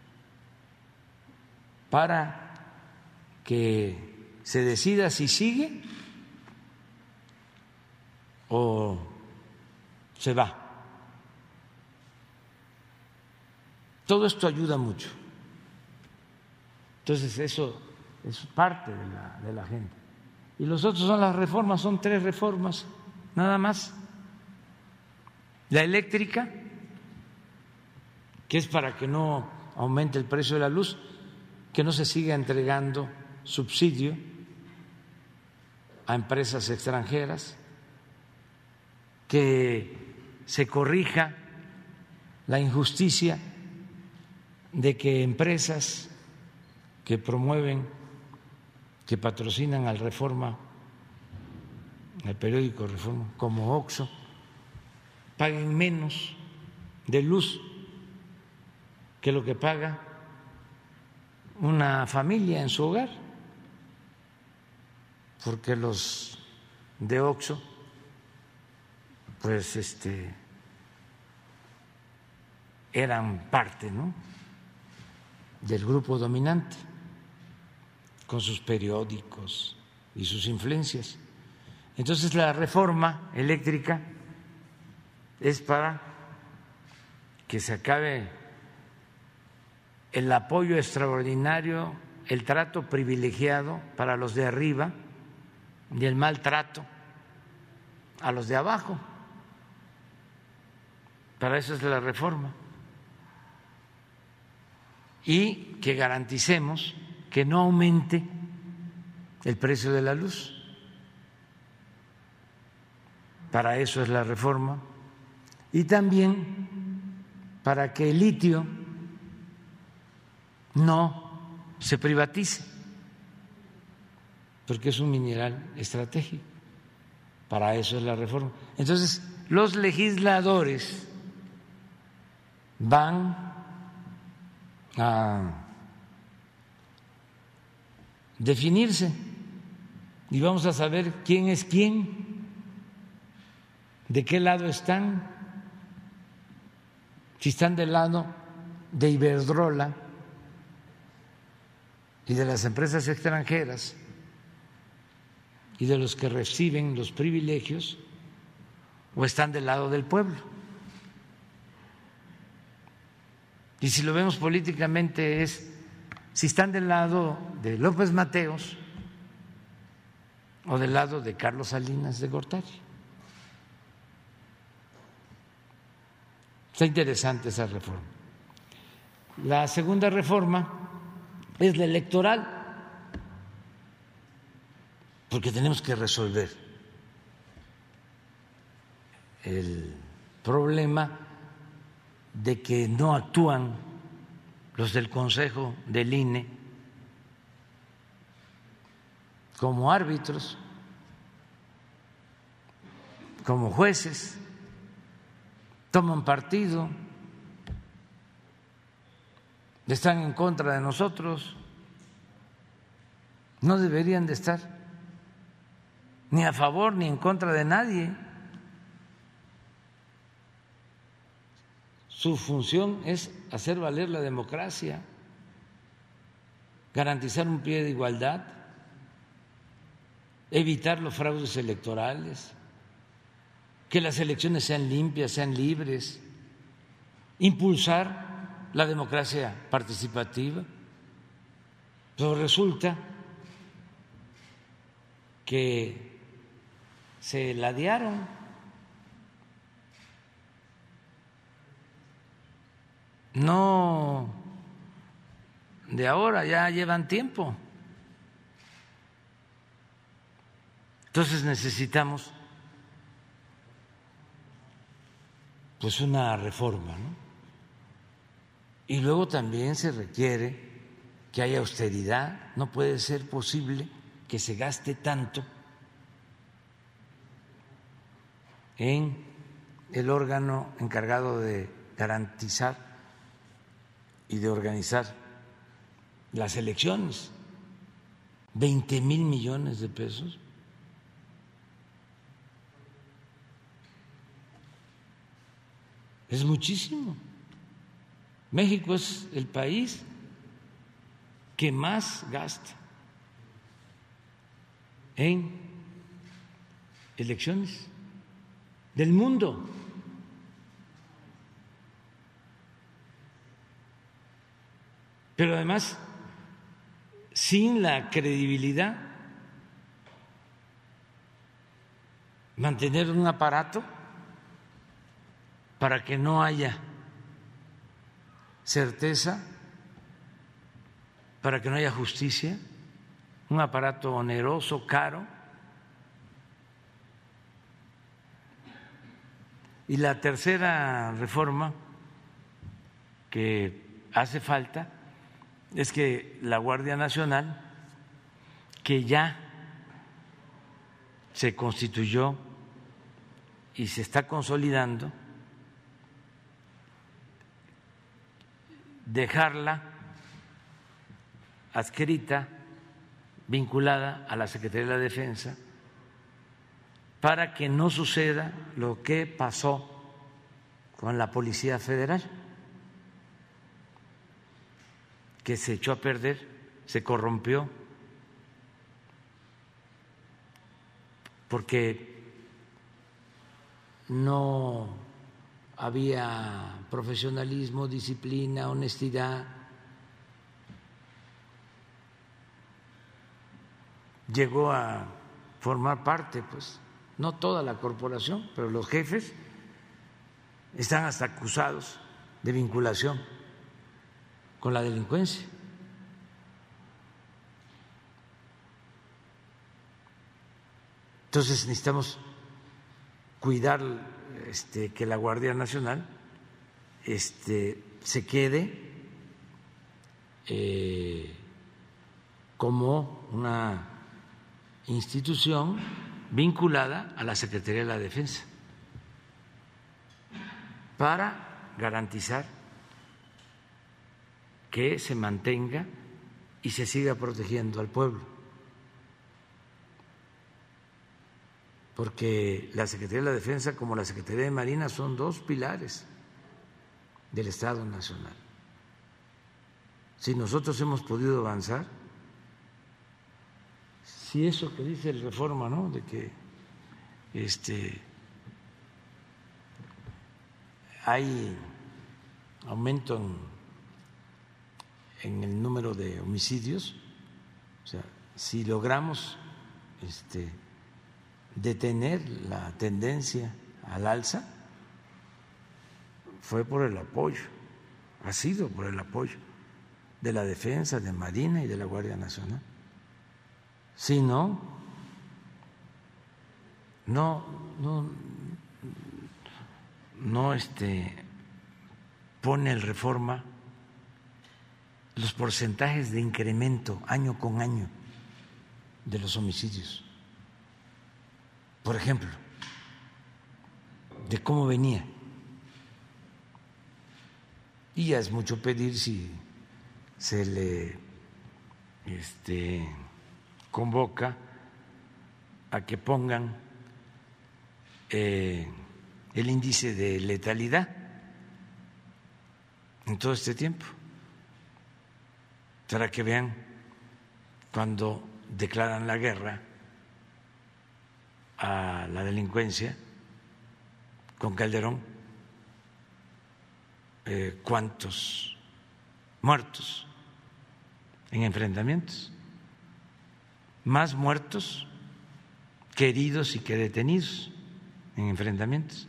para que se decida si sigue o se va. Todo esto ayuda mucho. Entonces eso es parte de la gente. Y los otros son las reformas, son 3 reformas, nada más. La eléctrica, que es para que no aumente el precio de la luz, que no se siga entregando subsidio a empresas extranjeras, que se corrija la injusticia de que empresas que promueven, que patrocinan al Reforma, al periódico Reforma, como OXXO, paguen menos de luz que lo que paga una familia en su hogar, porque los de OXXO pues eran parte, ¿no?, del grupo dominante, con sus periódicos y sus influencias. Entonces la reforma eléctrica es para que se acabe el apoyo extraordinario, el trato privilegiado para los de arriba y el maltrato a los de abajo. Para eso es la reforma. Y que garanticemos que no aumente el precio de la luz. Para eso es la reforma. Y también para que el litio no se privatice, porque es un mineral estratégico. Para eso es la reforma. Entonces, los legisladores van a definirse y vamos a saber quién es quién, de qué lado están, si están del lado de Iberdrola y de las empresas extranjeras y de los que reciben los privilegios, o están del lado del pueblo. Y si lo vemos políticamente es si están del lado de López Mateos o del lado de Carlos Salinas de Gortari. Está interesante esa reforma. La segunda reforma es la electoral, porque tenemos que resolver el problema de que no actúan los del Consejo del INE como árbitros, como jueces, toman partido, están en contra de nosotros, no deberían de estar ni a favor ni en contra de nadie. su función es hacer valer la democracia, garantizar un pie de igualdad, evitar los fraudes electorales, que las elecciones sean limpias, sean libres, impulsar la democracia participativa. Pero resulta que se ladearon. No de ahora, ya llevan tiempo. Entonces necesitamos pues una reforma, ¿no? Y luego también se requiere que haya austeridad. No puede ser posible que se gaste tanto en el órgano encargado de garantizar y de organizar las elecciones. 20,000 millones de pesos. Es muchísimo. México es el país que más gasta en elecciones del mundo. Pero además, sin la credibilidad, mantener un aparato para que no haya certeza, para que no haya justicia, un aparato oneroso, caro. Y la tercera reforma que hace falta es que la Guardia Nacional, que ya se constituyó y se está consolidando, dejarla adscrita, vinculada a la Secretaría de la Defensa, para que no suceda lo que pasó con la Policía Federal, que se echó a perder, se corrompió, porque no había profesionalismo, disciplina, honestidad. Llegó a formar parte, pues, no toda la corporación, pero los jefes están hasta acusados de vinculación con la delincuencia. Entonces necesitamos cuidar que la Guardia Nacional se quede como una institución vinculada a la Secretaría de la Defensa para garantizar que se mantenga y se siga protegiendo al pueblo, porque la Secretaría de la Defensa como la Secretaría de Marina son dos pilares del Estado Nacional. Si nosotros hemos podido avanzar, si eso que dice el Reforma, ¿no?, de que hay aumento en el número de homicidios, o sea, si logramos detener la tendencia al alza, fue por el apoyo, ha sido por el apoyo de la Defensa, de Marina y de la Guardia Nacional. Si no, pone el Reforma los porcentajes de incremento año con año de los homicidios. Por ejemplo, de cómo venía. Y ya es mucho pedir si se le convoca a que pongan el índice de letalidad en todo este tiempo, para que vean cuando declaran la guerra a la delincuencia con Calderón, cuántos muertos en enfrentamientos, más muertos que heridos y que detenidos en enfrentamientos,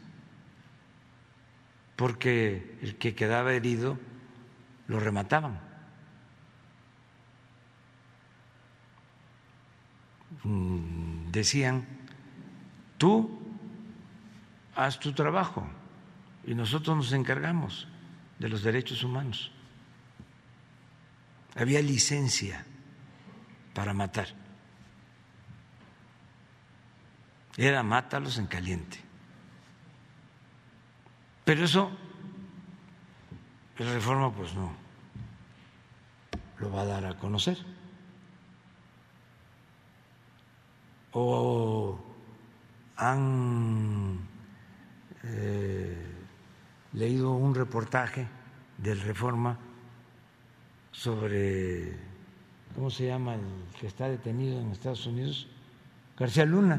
porque el que quedaba herido lo remataban. Decían, tú haz tu trabajo y nosotros nos encargamos de los derechos humanos. Había licencia para matar. Era mátalos en caliente. Pero eso, la Reforma pues no lo va a dar a conocer. O han leído un reportaje del Reforma sobre, ¿cómo se llama el que está detenido en Estados Unidos? García Luna.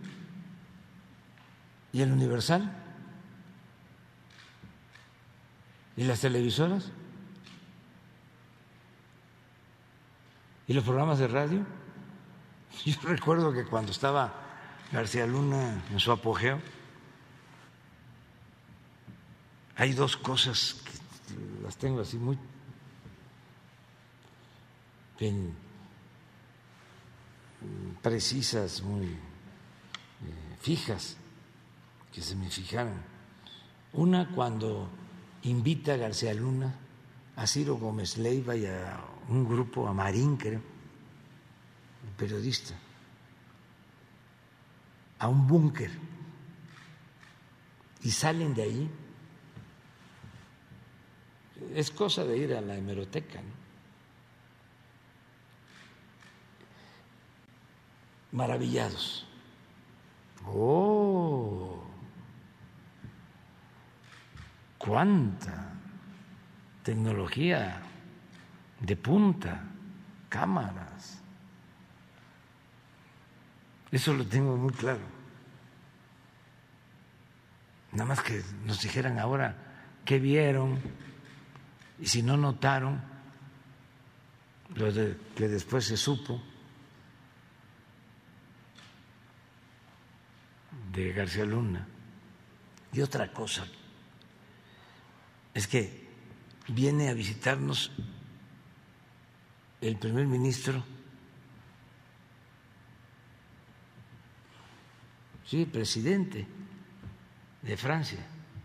¿Y el Universal? ¿Y las televisoras? ¿Y los programas de radio? Yo recuerdo que cuando estaba García Luna en su apogeo, hay dos cosas que las tengo así muy bien precisas, muy fijas, que se me fijaron. Una, cuando invita a García Luna, a Ciro Gómez Leiva y a un grupo, a Marín, creo, el periodista, a un búnker, y salen de ahí. Es cosa de ir a la hemeroteca, ¿no? Maravillados. ¡Oh! ¡Cuánta tecnología de punta! Cámaras. Eso lo tengo muy claro. Nada más que nos dijeran ahora qué vieron y si no notaron lo que después se supo de García Luna. Y otra cosa es que viene a visitarnos el primer ministro, sí, presidente de Francia,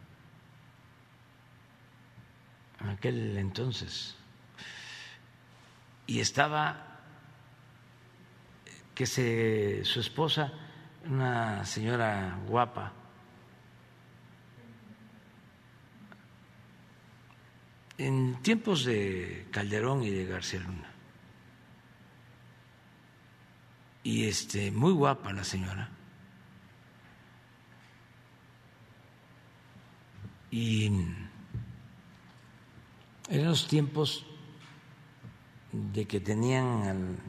en aquel entonces, y estaba su esposa, una señora guapa, en tiempos de Calderón y de García Luna, y muy guapa la señora, y eran los tiempos de que tenían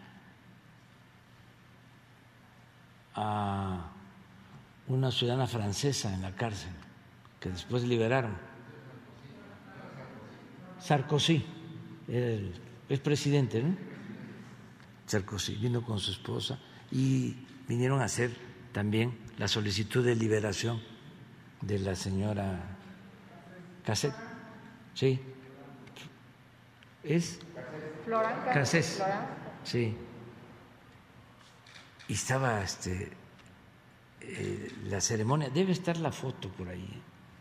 a una ciudadana francesa en la cárcel, que después liberaron. Sarkozy, es presidente, ¿no? Sarkozy vino con su esposa y vinieron a hacer también la solicitud de liberación de la señora Cassette. Sí. ¿Es? Cassette. Sí. Y estaba la ceremonia, debe estar la foto por ahí.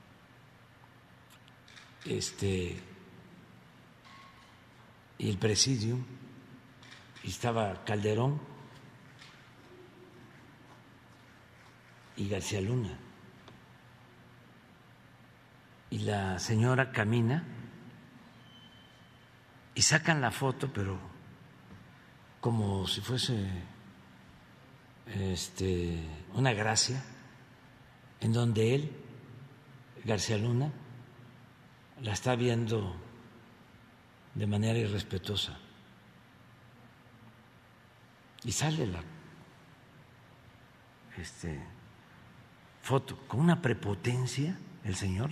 Y el presidium, y estaba Calderón y García Luna. Y la señora camina y sacan la foto, pero como si fuese una gracia, en donde él, García Luna, la está viendo de manera irrespetuosa. Y sale la foto con una prepotencia el señor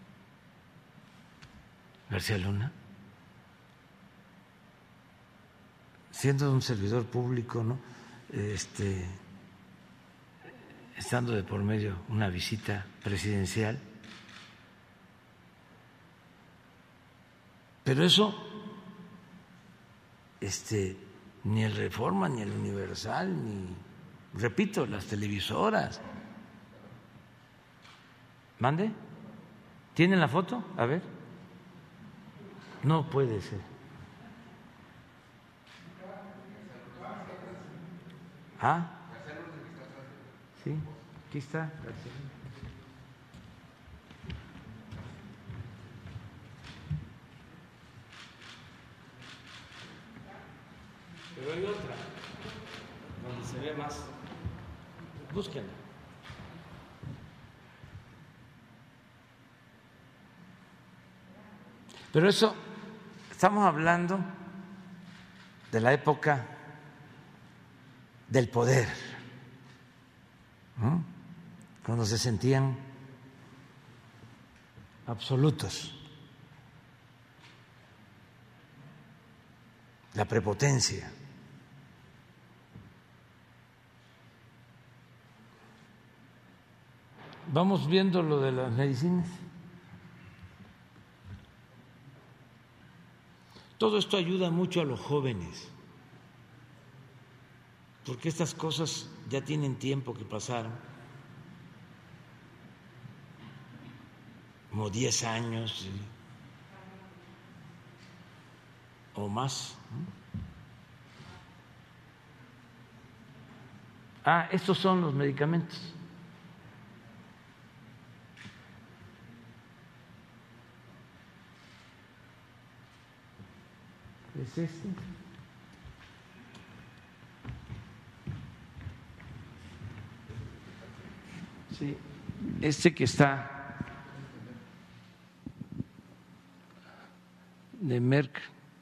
García Luna, siendo un servidor público, ¿no? Estando de por medio una visita presidencial. Pero eso, ni el Reforma, ni el Universal, ni, repito, las televisoras. ¿Mande? ¿Tienen la foto? A ver. No puede ser. Ah, sí, aquí está. Pero hay otra donde se ve más. Búsquenla. Pero eso, estamos hablando de la época del poder, ¿no? Cuando se sentían absolutos, la prepotencia. Vamos viendo lo de las medicinas. Todo esto ayuda mucho a los jóvenes, porque estas cosas ya tienen tiempo que pasaron, como 10 años o más. Ah, estos son los medicamentos. ¿Es este? Sí, este que está de Merck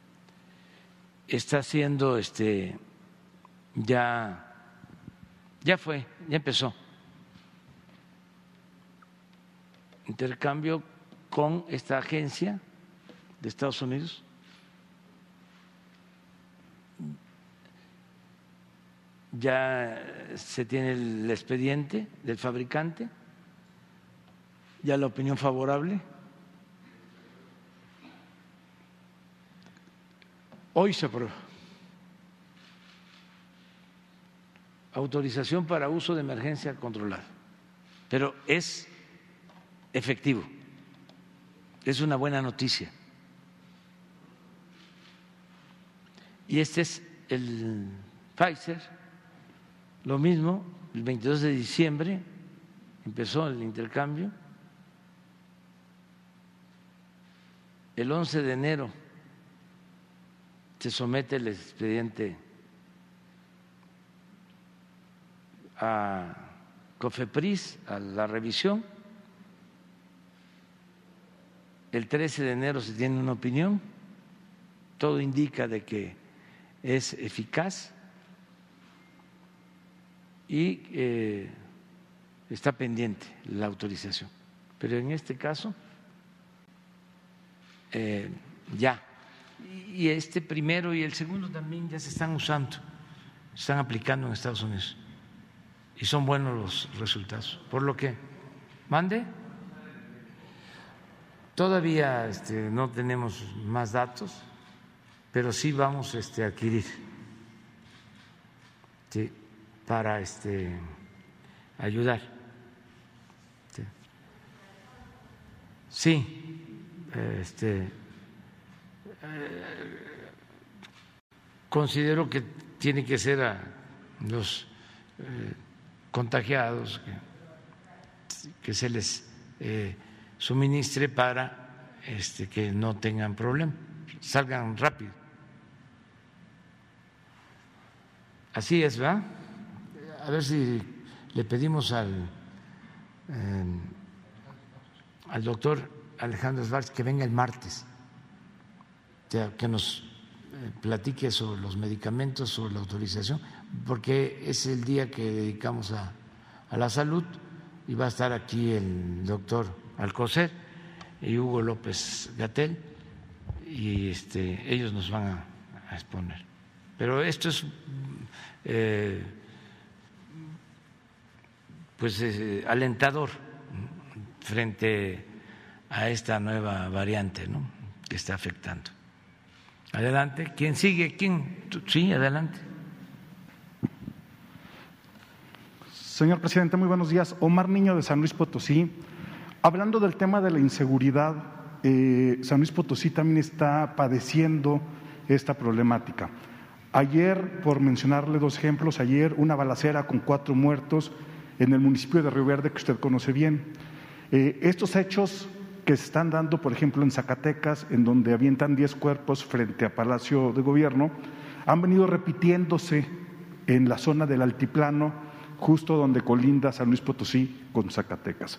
está haciendo ya empezó intercambio con esta agencia de Estados Unidos. Ya se tiene el expediente del fabricante, ya la opinión favorable. Hoy se aprueba. Autorización para uso de emergencia controlada, pero es efectivo. Es una buena noticia. Y este es el Pfizer. Lo mismo, el 22 de diciembre empezó el intercambio, el 11 de enero se somete el expediente a COFEPRIS, a la revisión, el 13 de enero se tiene una opinión, todo indica de que es eficaz. Y está pendiente la autorización. Pero en este caso, ya. Y este primero y el segundo también ya se están usando, se están aplicando en Estados Unidos. Y son buenos los resultados. Por lo que, mande. Todavía no tenemos más datos, pero sí vamos a adquirir. Sí, para ayudar. Sí, considero que tiene que ser a los contagiados que se les suministre para que no tengan problema, salgan rápido. Así es, ¿verdad? A ver si le pedimos al doctor Alejandro Schwartz que venga el martes, que nos platique sobre los medicamentos, sobre la autorización, porque es el día que dedicamos a la salud y va a estar aquí el doctor Alcocer y Hugo López-Gatell y ellos nos van a exponer. Pero esto es alentador frente a esta nueva variante, ¿no?, que está afectando. Adelante. ¿Quién sigue? ¿Quién? Sí, adelante. Señor presidente, muy buenos días. Omar Niño, de San Luis Potosí. Hablando del tema de la inseguridad, San Luis Potosí también está padeciendo esta problemática. Ayer, por mencionarle dos ejemplos, ayer una balacera con 4 muertos en el municipio de Río Verde, que usted conoce bien. Estos hechos que se están dando, por ejemplo, en Zacatecas, en donde avientan 10 cuerpos frente a Palacio de Gobierno, han venido repitiéndose en la zona del altiplano, justo donde colinda San Luis Potosí con Zacatecas.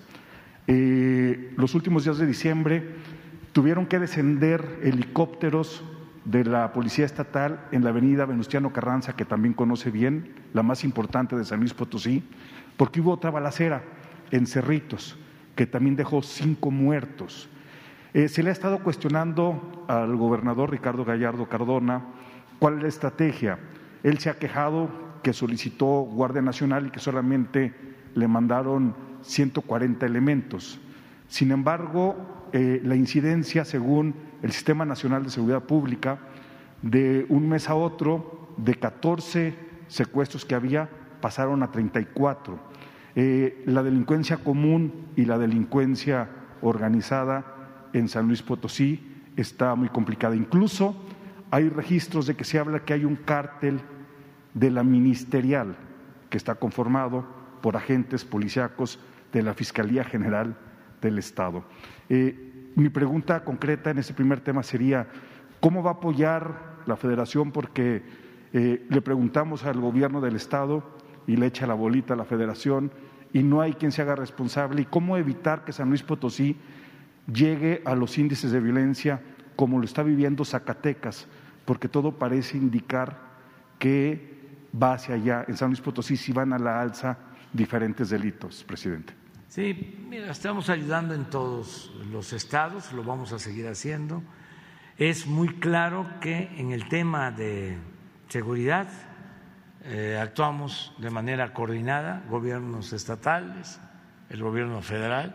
Los últimos días de diciembre tuvieron que descender helicópteros de la Policía Estatal en la avenida Venustiano Carranza, que también conoce bien, la más importante de San Luis Potosí, porque hubo otra balacera en Cerritos, que también dejó 5 muertos. Se le ha estado cuestionando al gobernador Ricardo Gallardo Cardona cuál es la estrategia. Él se ha quejado que solicitó Guardia Nacional y que solamente le mandaron 140 elementos. Sin embargo, la incidencia, según el Sistema Nacional de Seguridad Pública, de un mes a otro, de 14 secuestros que había, pasaron a 34. La delincuencia común y la delincuencia organizada en San Luis Potosí está muy complicada. Incluso hay registros de que se habla que hay un cártel de la ministerial que está conformado por agentes policíacos de la Fiscalía General del Estado. Mi pregunta concreta en este primer tema sería: ¿cómo va a apoyar la Federación? Porque le preguntamos al gobierno del Estado y le echa la bolita a la Federación y no hay quien se haga responsable. ¿Y cómo evitar que San Luis Potosí llegue a los índices de violencia como lo está viviendo Zacatecas? Porque todo parece indicar que va hacia allá. En San Luis Potosí sí van a la alza diferentes delitos, presidente. Sí, mira, estamos ayudando en todos los estados, lo vamos a seguir haciendo. Es muy claro que en el tema de seguridad actuamos de manera coordinada, gobiernos estatales, el gobierno federal.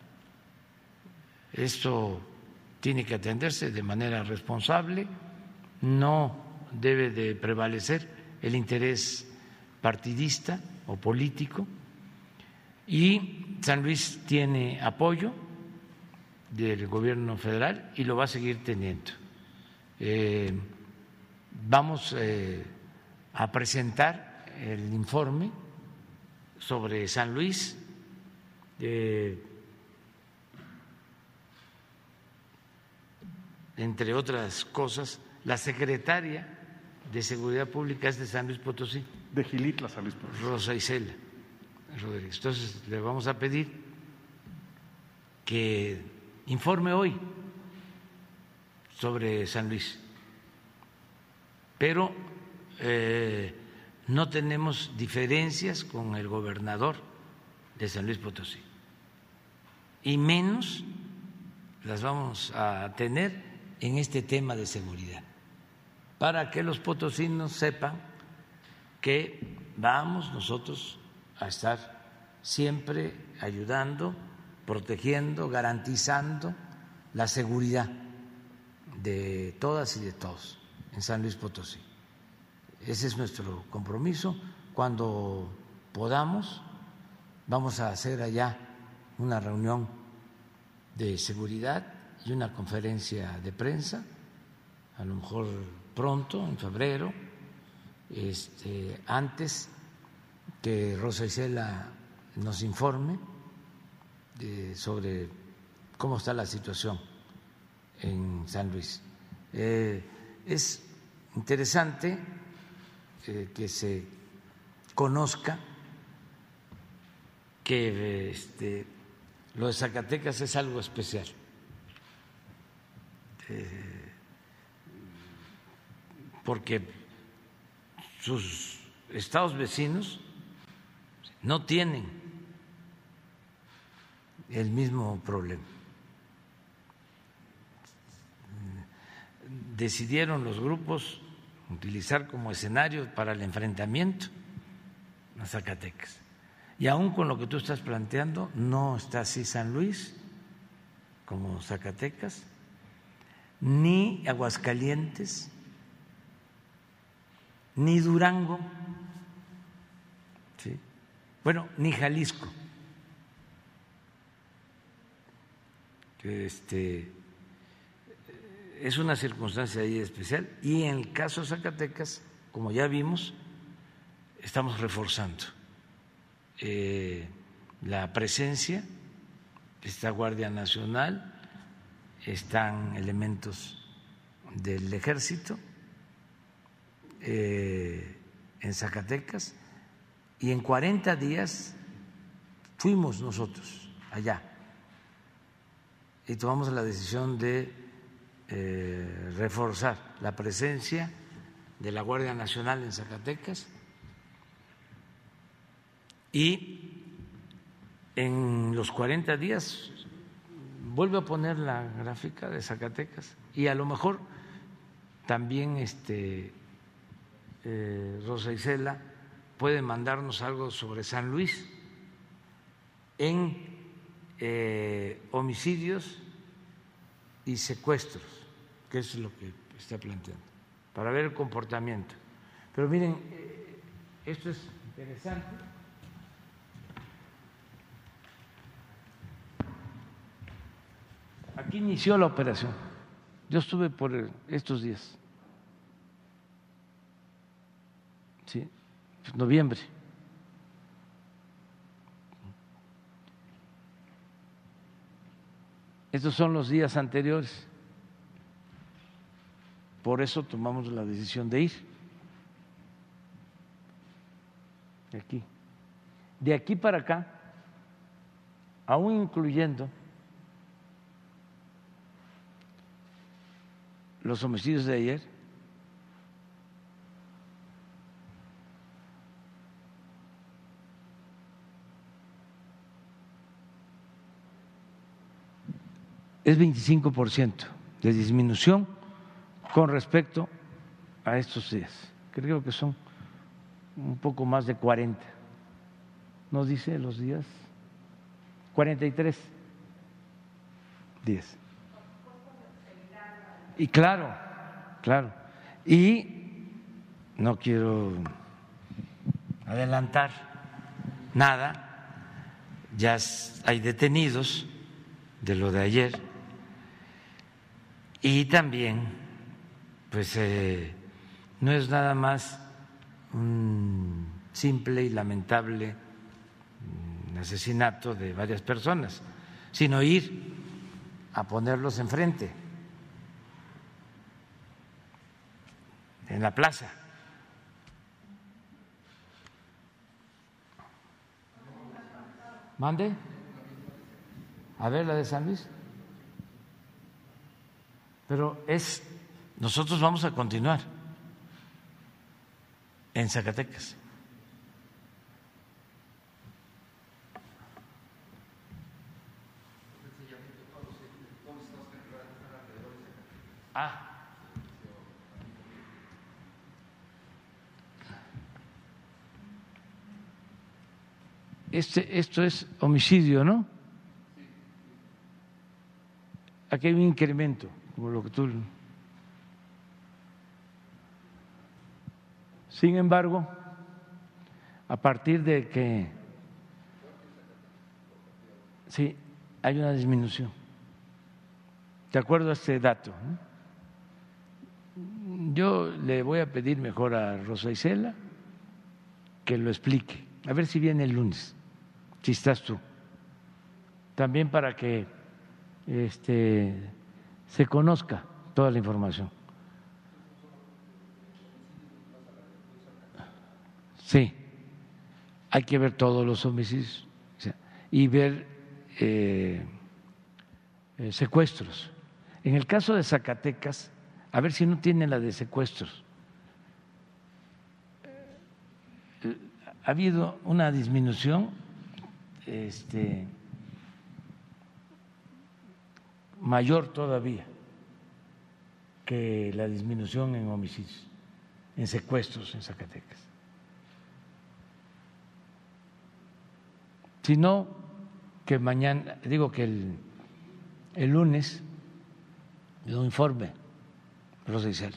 Esto tiene que atenderse de manera responsable, no debe de prevalecer el interés partidista o político, y San Luis tiene apoyo del gobierno federal y lo va a seguir teniendo. Vamos a presentar el informe sobre San Luis, entre otras cosas. La secretaria de Seguridad Pública es de San Luis Potosí. De Gilitla, San Luis Potosí. Rosa Isela Rodríguez. Entonces le vamos a pedir que informe hoy sobre San Luis, pero no tenemos diferencias con el gobernador de San Luis Potosí y menos las vamos a tener en este tema de seguridad, para que los potosinos sepan que vamos nosotros a estar siempre ayudando, protegiendo, garantizando la seguridad de todas y de todos en San Luis Potosí. Ese es nuestro compromiso. Cuando podamos, vamos a hacer allá una reunión de seguridad y una conferencia de prensa, a lo mejor pronto, en febrero, antes que Rosa Isela nos informe sobre cómo está la situación en San Luis. Es interesante que se conozca que lo de Zacatecas es algo especial, porque sus estados vecinos no tienen el mismo problema. Decidieron los grupos utilizar como escenario para el enfrentamiento a Zacatecas. Y aún con lo que tú estás planteando, no está así San Luis como Zacatecas, ni Aguascalientes, ni Durango, ¿sí? Bueno, ni Jalisco. Es una circunstancia ahí especial, y en el caso de Zacatecas, como ya vimos, estamos reforzando la presencia. Está Guardia Nacional, están elementos del Ejército en Zacatecas, y en 40 días fuimos nosotros allá y tomamos la decisión de reforzar la presencia de la Guardia Nacional en Zacatecas, y en los 40 días vuelvo a poner la gráfica de Zacatecas, y a lo mejor también Rosa Isela puede mandarnos algo sobre San Luis en homicidios y secuestros, que es lo que está planteando, para ver el comportamiento. Pero miren, esto es interesante. Aquí inició la operación. Yo estuve por estos días. Sí, noviembre. Estos son los días anteriores. Por eso tomamos la decisión de ir. De aquí para acá, aún incluyendo los homicidios de ayer, es 25% de disminución con respecto a estos días. Creo que son un poco más de 40. ¿No dice los días? 43 días. Y claro, y no quiero adelantar nada, ya hay detenidos de lo de ayer, y también pues no es nada más un simple y lamentable asesinato de varias personas, sino ir a ponerlos enfrente en la plaza. ¿Mande? A ver, la de San Luis. Pero nosotros vamos a continuar en Zacatecas. Esto es homicidio, ¿no? Aquí hay un incremento, como lo que tú. Sin embargo, a partir de que sí hay una disminución, de acuerdo a este dato, ¿no? Yo le voy a pedir mejor a Rosa Isela que lo explique, a ver si viene el lunes, si estás tú, también para que se conozca toda la información. Sí, hay que ver todos los homicidios, o sea, y ver secuestros. En el caso de Zacatecas, a ver si no tiene la de secuestros. Ha habido una disminución mayor todavía que la disminución en homicidios, en secuestros en Zacatecas. Si no, que mañana, digo que el lunes, un informe procesal.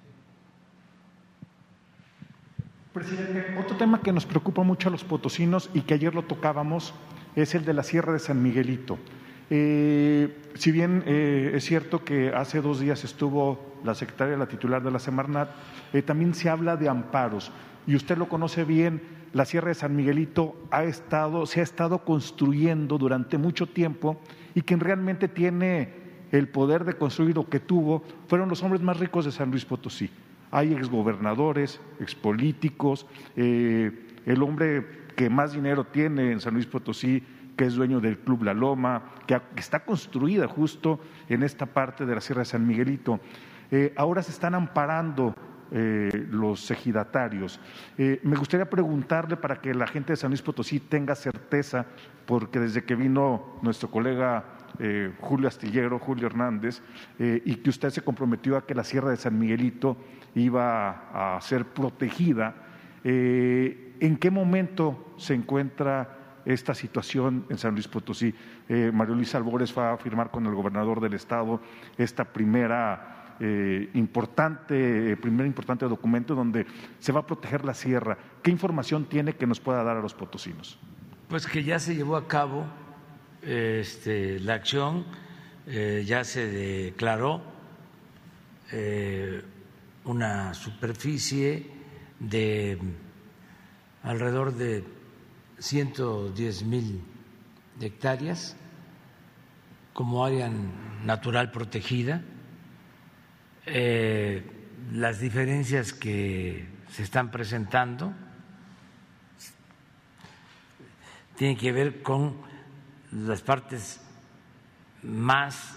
Presidente, otro tema que nos preocupa mucho a los potosinos y que ayer lo tocábamos es el de la Sierra de San Miguelito. Si bien es cierto que hace 2 días estuvo la secretaria, la titular de la Semarnat, también se habla de amparos y usted lo conoce bien. La Sierra de San Miguelito se ha estado construyendo durante mucho tiempo y quien realmente tiene el poder de construir o que tuvo fueron los hombres más ricos de San Luis Potosí. Hay exgobernadores, expolíticos, el hombre que más dinero tiene en San Luis Potosí, que es dueño del Club La Loma, que está construida justo en esta parte de la Sierra de San Miguelito. Ahora se están amparando los ejidatarios. Me gustaría preguntarle para que la gente de San Luis Potosí tenga certeza, porque desde que vino nuestro colega Julio Astillero, Julio Hernández, y que usted se comprometió a que la Sierra de San Miguelito iba a ser protegida, ¿en qué momento se encuentra esta situación en San Luis Potosí? María Luisa Albores fue a firmar con el gobernador del estado esta primer importante documento donde se va a proteger la sierra. ¿Qué información tiene que nos pueda dar a los potosinos? Pues que ya se llevó a cabo la acción, ya se declaró una superficie de alrededor de 110,000 hectáreas como área natural protegida. Las diferencias que se están presentando tienen que ver con las partes más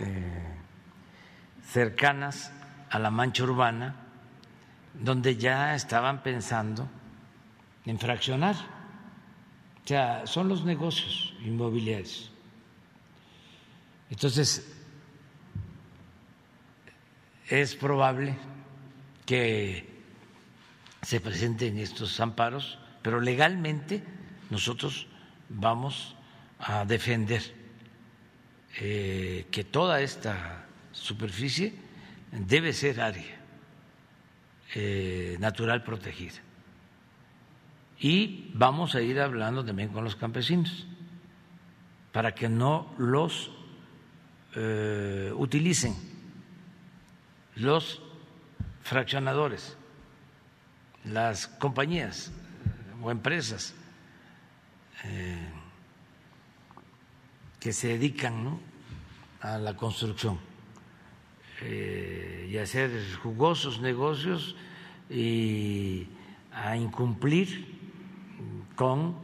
cercanas a la mancha urbana, donde ya estaban pensando en fraccionar. O sea, son los negocios inmobiliarios. Entonces, es probable que se presenten estos amparos, pero legalmente nosotros vamos a defender que toda esta superficie debe ser área natural protegida. Y vamos a ir hablando también con los campesinos para que no los utilicen los fraccionadores, las compañías o empresas que se dedican, ¿no?, a la construcción y a hacer jugosos negocios y a incumplir con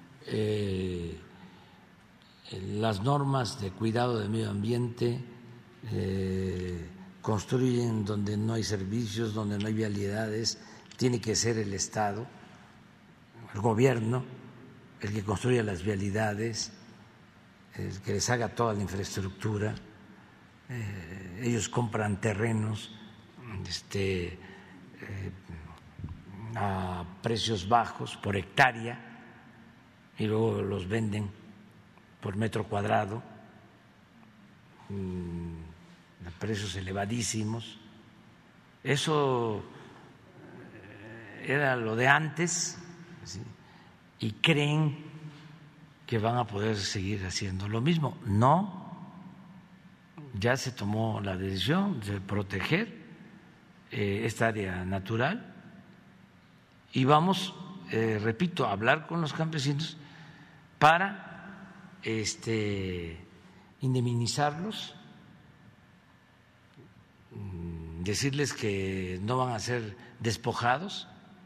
las normas de cuidado del medio ambiente, construyen donde no hay servicios, donde no hay vialidades. Tiene que ser el Estado, el gobierno, el que construya las vialidades, el que les haga toda la infraestructura. Ellos compran terrenos a precios bajos por hectárea y luego los venden por metro cuadrado a precios elevadísimos. Eso era lo de antes, ¿sí? Y creen que van a poder seguir haciendo lo mismo. No, ya se tomó la decisión de proteger esta área natural y vamos, repito, a hablar con los campesinos para indemnizarlos, decirles que no van a ser despojados,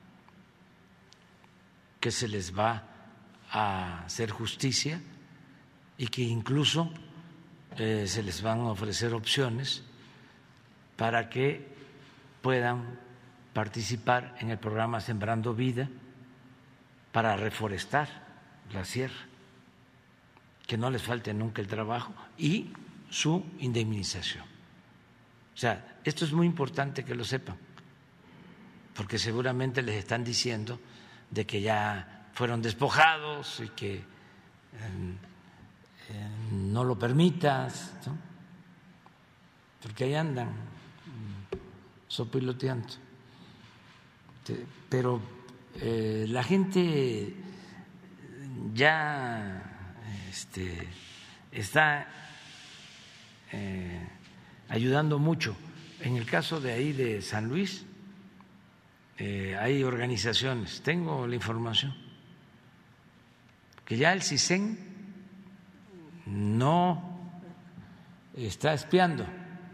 que se les va a hacer justicia y que incluso se les van a ofrecer opciones para que puedan participar en el programa Sembrando Vida para reforestar la sierra, que no les falte nunca el trabajo y su indemnización. O sea, esto es muy importante que lo sepan, porque seguramente les están diciendo de que ya fueron despojados y que no lo permitas, ¿no? Porque ahí andan sopiloteando. Pero la gente ya está ayudando mucho. En el caso de ahí de San Luis, hay organizaciones, tengo la información, que ya el CISEN no está espiando.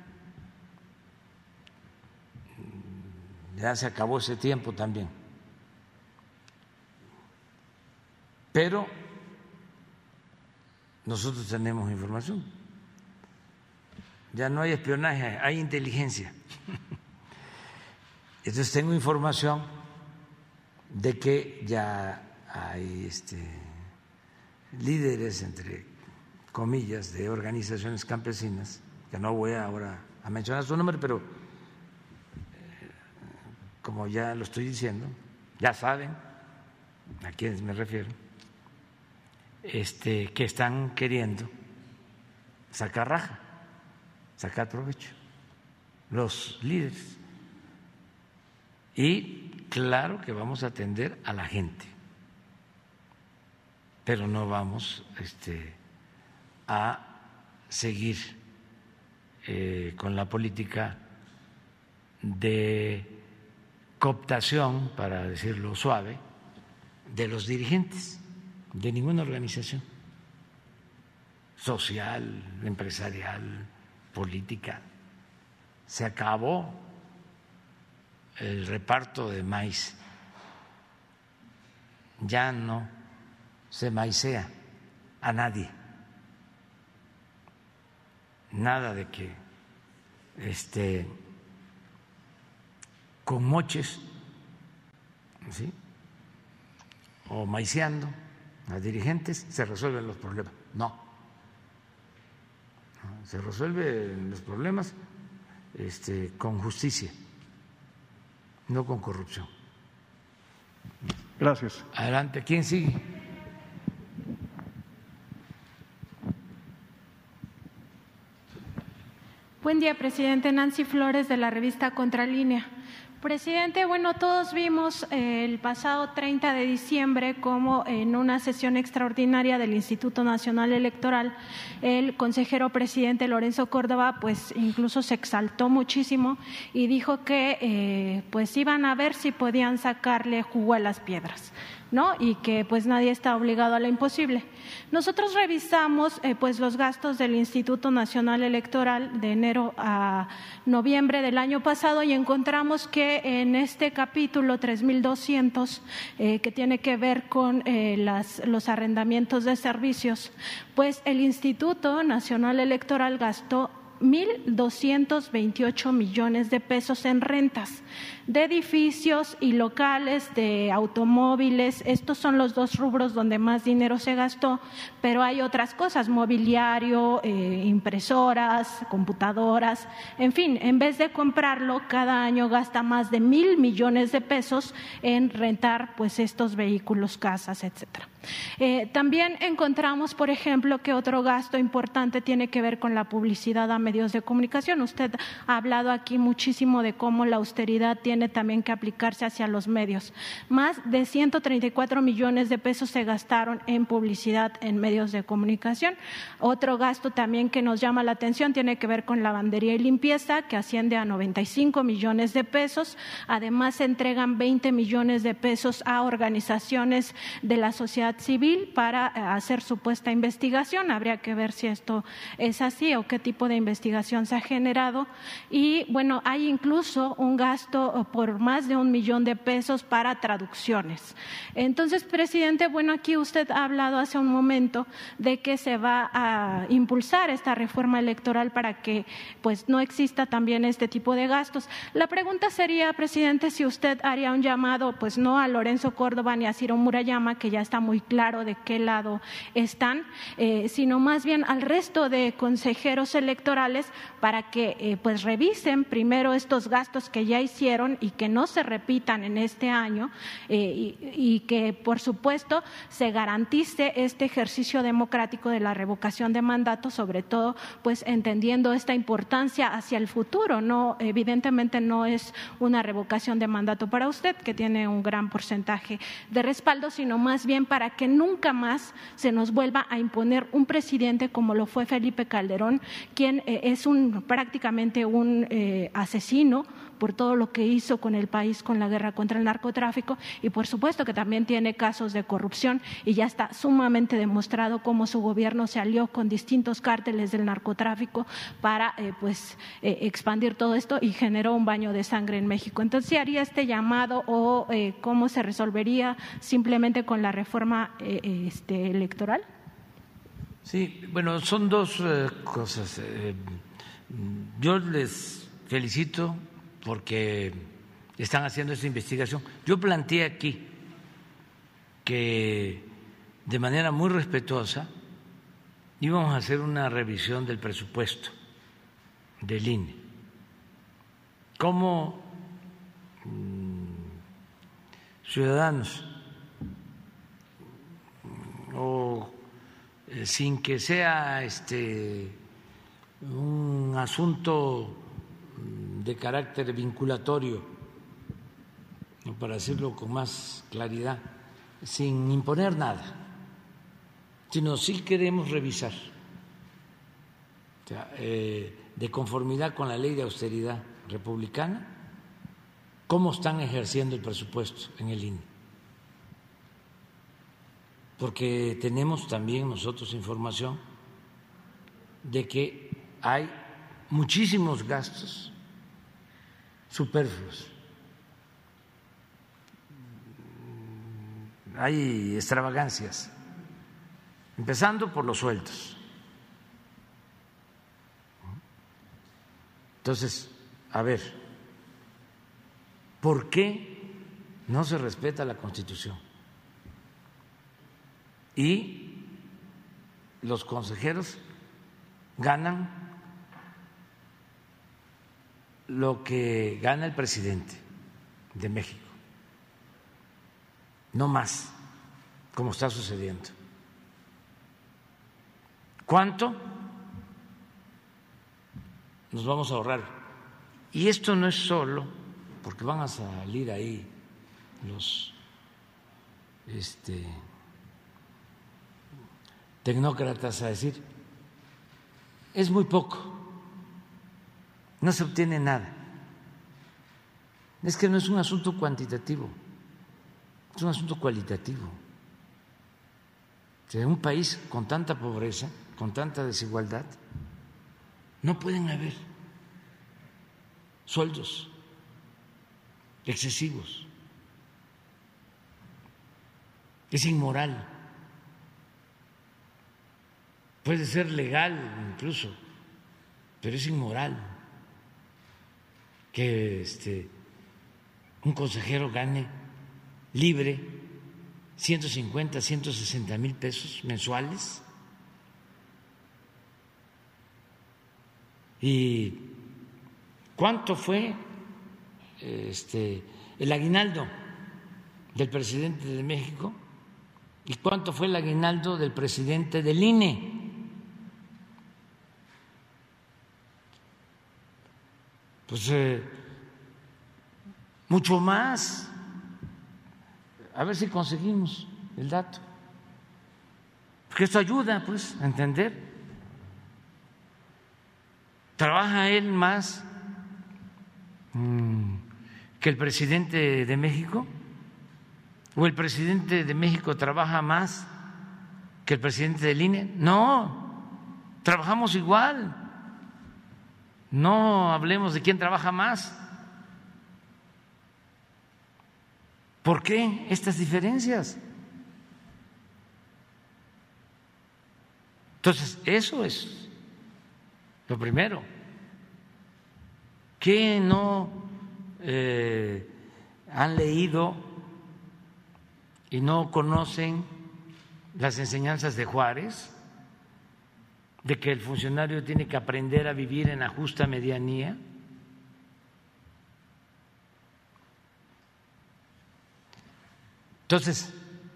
Ya se acabó ese tiempo también. Pero nosotros tenemos información. Ya no hay espionaje, hay inteligencia. Entonces tengo información de que ya hay líderes, entre comillas, de organizaciones campesinas, que no voy ahora a mencionar su nombre, pero como ya lo estoy diciendo, ya saben a quiénes me refiero, que están queriendo sacar raja, sacar provecho, los líderes. Y claro que vamos a atender a la gente, pero no vamos a seguir con la política de cooptación, para decirlo suave, de los dirigentes de ninguna organización social, empresarial, política. Se acabó el reparto de maíz, ya no se maicea a nadie, nada de que con moches, ¿sí?, o maiceando a dirigentes se resuelven los problemas. No, se resuelven los problemas con justicia, no con corrupción. Gracias. Adelante, ¿quién sigue? Buen día, presidente. Nancy Flores, de la revista Contralínea. Presidente, bueno, todos vimos el pasado 30 de diciembre cómo en una sesión extraordinaria del Instituto Nacional Electoral el consejero presidente Lorenzo Córdoba pues incluso se exaltó muchísimo y dijo que pues iban a ver si podían sacarle jugo a las piedras, ¿no? Y que pues nadie está obligado a lo imposible. Nosotros revisamos pues los gastos del Instituto Nacional Electoral de enero a noviembre del año pasado y encontramos que en este capítulo 3.200 que tiene que ver con los arrendamientos de servicios, pues el Instituto Nacional Electoral gastó 1.228 millones de pesos en rentas de edificios y locales, de automóviles. Estos son los dos rubros donde más dinero se gastó, pero hay otras cosas, mobiliario, impresoras, computadoras, en fin, en vez de comprarlo, cada año gasta más de 1.000 millones de pesos en rentar pues estos vehículos, casas, etcétera. También encontramos, por ejemplo, que otro gasto importante tiene que ver con la publicidad a medios de comunicación. Usted ha hablado aquí muchísimo de cómo la austeridad tiene también que aplicarse hacia los medios. Más de 134 millones de pesos se gastaron en publicidad en medios de comunicación. Otro gasto también que nos llama la atención tiene que ver con lavandería y limpieza, que asciende a 95 millones de pesos. Además, se entregan 20 millones de pesos a organizaciones de la sociedad civil para hacer supuesta investigación. Habría que ver si esto es así o qué tipo de investigación investigación se ha generado y bueno, hay incluso un gasto por más de $1 millón para traducciones. Entonces, presidente, bueno, aquí usted ha hablado hace un momento de que se va a impulsar esta reforma electoral para que pues no exista también este tipo de gastos. La pregunta sería, presidente, si usted haría un llamado, pues no a Lorenzo Córdoba ni a Ciro Murayama, que ya está muy claro de qué lado están, sino más bien al resto de consejeros electorales para que pues revisen primero estos gastos que ya hicieron y que no se repitan en este año y que por supuesto se garantice este ejercicio democrático de la revocación de mandato, sobre todo pues entendiendo esta importancia hacia el futuro. No, evidentemente no es una revocación de mandato para usted, que tiene un gran porcentaje de respaldo, sino más bien para que nunca más se nos vuelva a imponer un presidente como lo fue Felipe Calderón, quien es prácticamente un asesino por todo lo que hizo con el país con la guerra contra el narcotráfico y por supuesto que también tiene casos de corrupción y ya está sumamente demostrado cómo su gobierno se alió con distintos cárteles del narcotráfico para expandir todo esto y generó un baño de sangre en México. Entonces, ¿sí haría este llamado o cómo se resolvería simplemente con la reforma electoral? Sí, bueno, son dos cosas. Yo les felicito porque están haciendo esta investigación. Yo planteé aquí que de manera muy respetuosa íbamos a hacer una revisión del presupuesto del INE. Como ciudadanos o sin que sea un asunto de carácter vinculatorio, para decirlo con más claridad, sin imponer nada, sino sí queremos revisar, de conformidad con la ley de austeridad republicana, cómo están ejerciendo el presupuesto en el INE. Porque tenemos también nosotros información de que hay muchísimos gastos superfluos, hay extravagancias, empezando por los sueldos. Entonces, a ver, ¿por qué no se respeta la Constitución? Y los consejeros ganan lo que gana el presidente de México, no más, como está sucediendo. ¿Cuánto nos vamos a ahorrar? Y esto no es solo porque van a salir ahí los tecnócratas a decir, es muy poco, no se obtiene nada. Es que no es un asunto cuantitativo, es un asunto cualitativo. En un país con tanta pobreza, con tanta desigualdad, no pueden haber sueldos excesivos. Es inmoral. Puede ser legal incluso, pero es inmoral que un consejero gane libre 150, 160 mil pesos mensuales. ¿Y cuánto fue el aguinaldo del presidente de México? ¿Y cuánto fue el aguinaldo del presidente del INE? Pues mucho más. A ver si conseguimos el dato, porque esto ayuda pues a entender. ¿Trabaja él más que el presidente de México? ¿O el presidente de México trabaja más que el presidente del INE? No, trabajamos igual. no hablemos de quién trabaja más. ¿Por qué estas diferencias? Entonces, eso es lo primero. ¿Qué no han leído y no conocen las enseñanzas de Juárez, de que el funcionario tiene que aprender a vivir en la justa medianía? Entonces,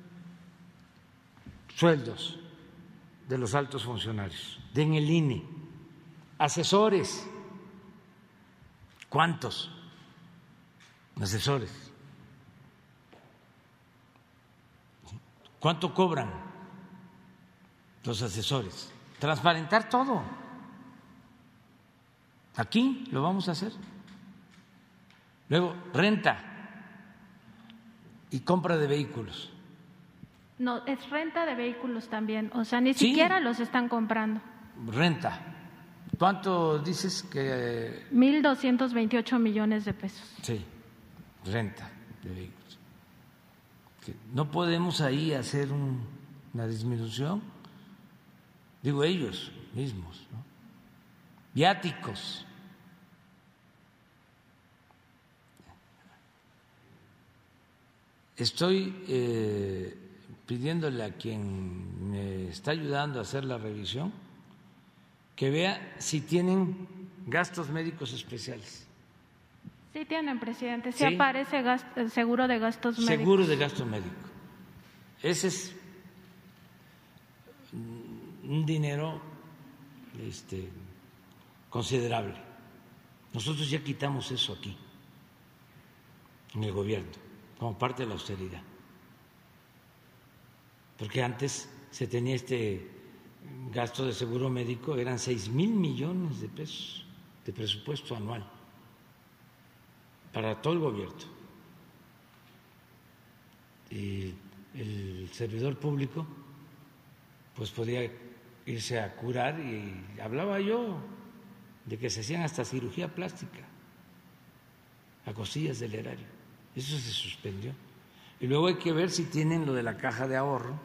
sueldos de los altos funcionarios, en el INE, asesores, ¿cuántos asesores? ¿Cuánto cobran los asesores? Transparentar todo. Aquí lo vamos a hacer. Luego, renta y compra de vehículos. No, es renta de vehículos también, o sea, ni siquiera los están comprando. Renta. ¿Cuánto dices que? 1.228 millones de pesos. Sí, renta de vehículos. No podemos ahí hacer una disminución, digo ellos mismos, ¿no? Viáticos. Estoy pidiéndole a quien me está ayudando a hacer la revisión que vea si tienen gastos médicos especiales. Sí tienen, presidente, sí, ¿sí? Aparece seguro de gastos médicos. Seguro de gasto médico. Ese es un dinero considerable. Nosotros ya quitamos eso aquí, en el gobierno, como parte de la austeridad. Porque antes se tenía este gasto de seguro médico, eran 6,000 millones de pesos de presupuesto anual para todo el gobierno. Y el servidor público pues podía irse a curar, y hablaba yo de que se hacían hasta cirugía plástica a costillas del erario. Eso se suspendió. Y luego hay que ver si tienen lo de la caja de ahorro,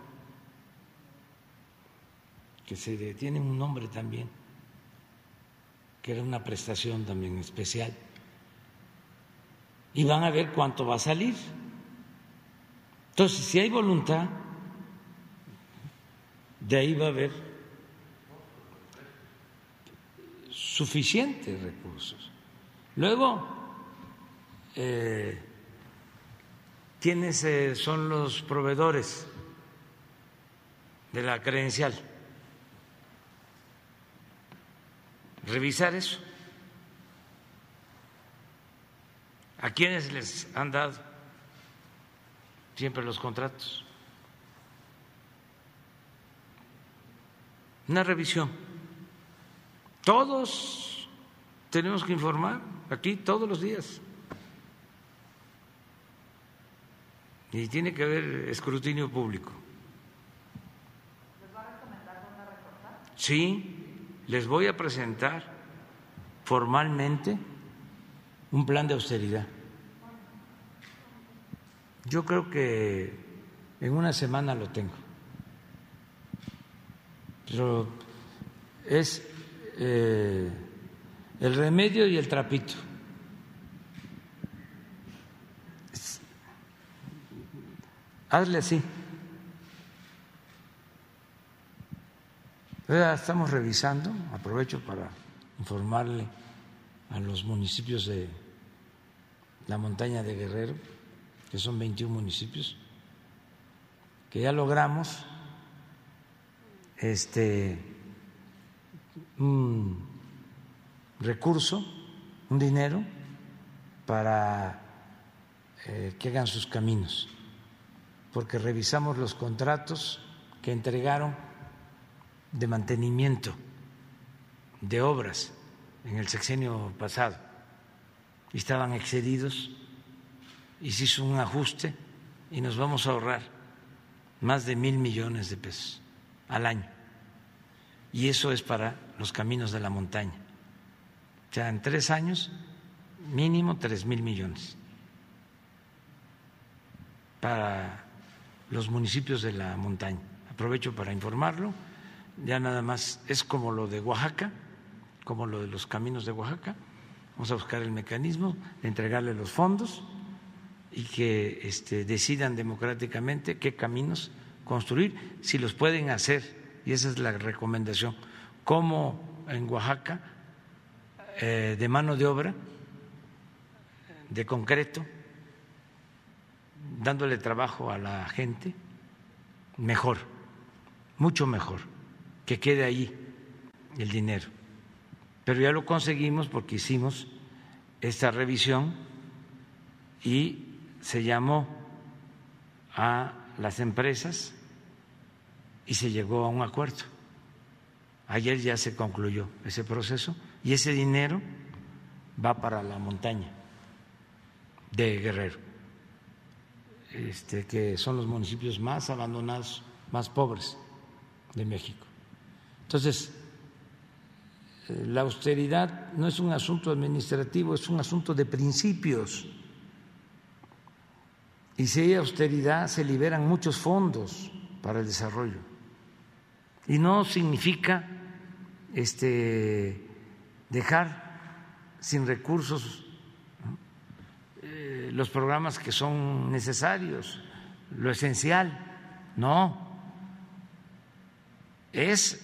que tiene un nombre también, que era una prestación también especial. Y van a ver cuánto va a salir. Entonces, si hay voluntad, de ahí va a haber suficientes recursos. Luego, ¿quiénes son los proveedores de la credencial? Revisar eso. ¿A quiénes les han dado siempre los contratos? Una revisión. Todos tenemos que informar aquí todos los días. Y tiene que haber escrutinio público. ¿Les va a recomendar dónde recortar? Sí, les voy a presentar formalmente un plan de austeridad. Yo creo que en una semana lo tengo. Pero es el remedio y el trapito. Hazle así. Ya estamos revisando, aprovecho para informarle a los municipios de la montaña de Guerrero, que son 21 municipios, que ya logramos un recurso, un dinero para que hagan sus caminos, porque revisamos los contratos que entregaron de mantenimiento de obras en el sexenio pasado y estaban excedidos, y se hizo un ajuste y nos vamos a ahorrar más de 1,000 millones de pesos al año, y eso es para los caminos de la montaña. O sea, en 3 años, mínimo 3,000 millones para los municipios de la montaña. Aprovecho para informarlo, ya nada más es como lo de Oaxaca, como lo de los caminos de Oaxaca. Vamos a buscar el mecanismo de entregarle los fondos y que decidan democráticamente qué caminos construir, si los pueden hacer, y esa es la recomendación, como en Oaxaca, de mano de obra, de concreto, dándole trabajo a la gente, mejor, mucho mejor, que quede ahí el dinero. Pero ya lo conseguimos porque hicimos esta revisión y se llamó a las empresas y se llegó a un acuerdo. Ayer ya se concluyó ese proceso y ese dinero va para la montaña de Guerrero, que son los municipios más abandonados, más pobres de México. Entonces, la austeridad no es un asunto administrativo, es un asunto de principios. Y si hay austeridad, se liberan muchos fondos para el desarrollo. Y no significa dejar sin recursos los programas que son necesarios, lo esencial. No, es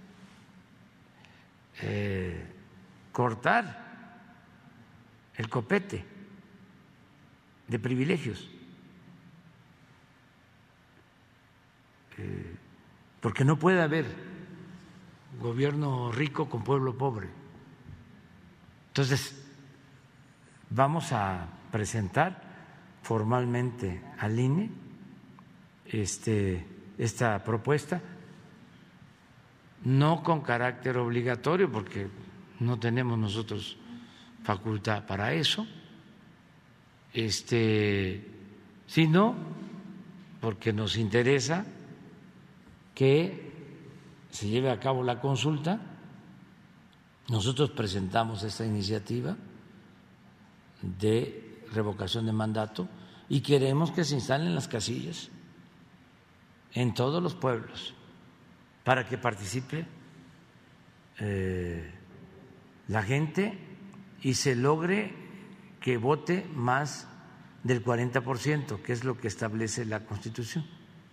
cortar el copete de privilegios, porque no puede haber gobierno rico con pueblo pobre. Entonces, vamos a presentar formalmente al INE esta propuesta, no con carácter obligatorio, porque no tenemos nosotros facultad para eso, sino porque nos interesa que se lleve a cabo la consulta. Nosotros presentamos esta iniciativa de revocación de mandato y queremos que se instalen las casillas en todos los pueblos para que participe la gente y se logre que vote más del 40%, que es lo que establece la Constitución.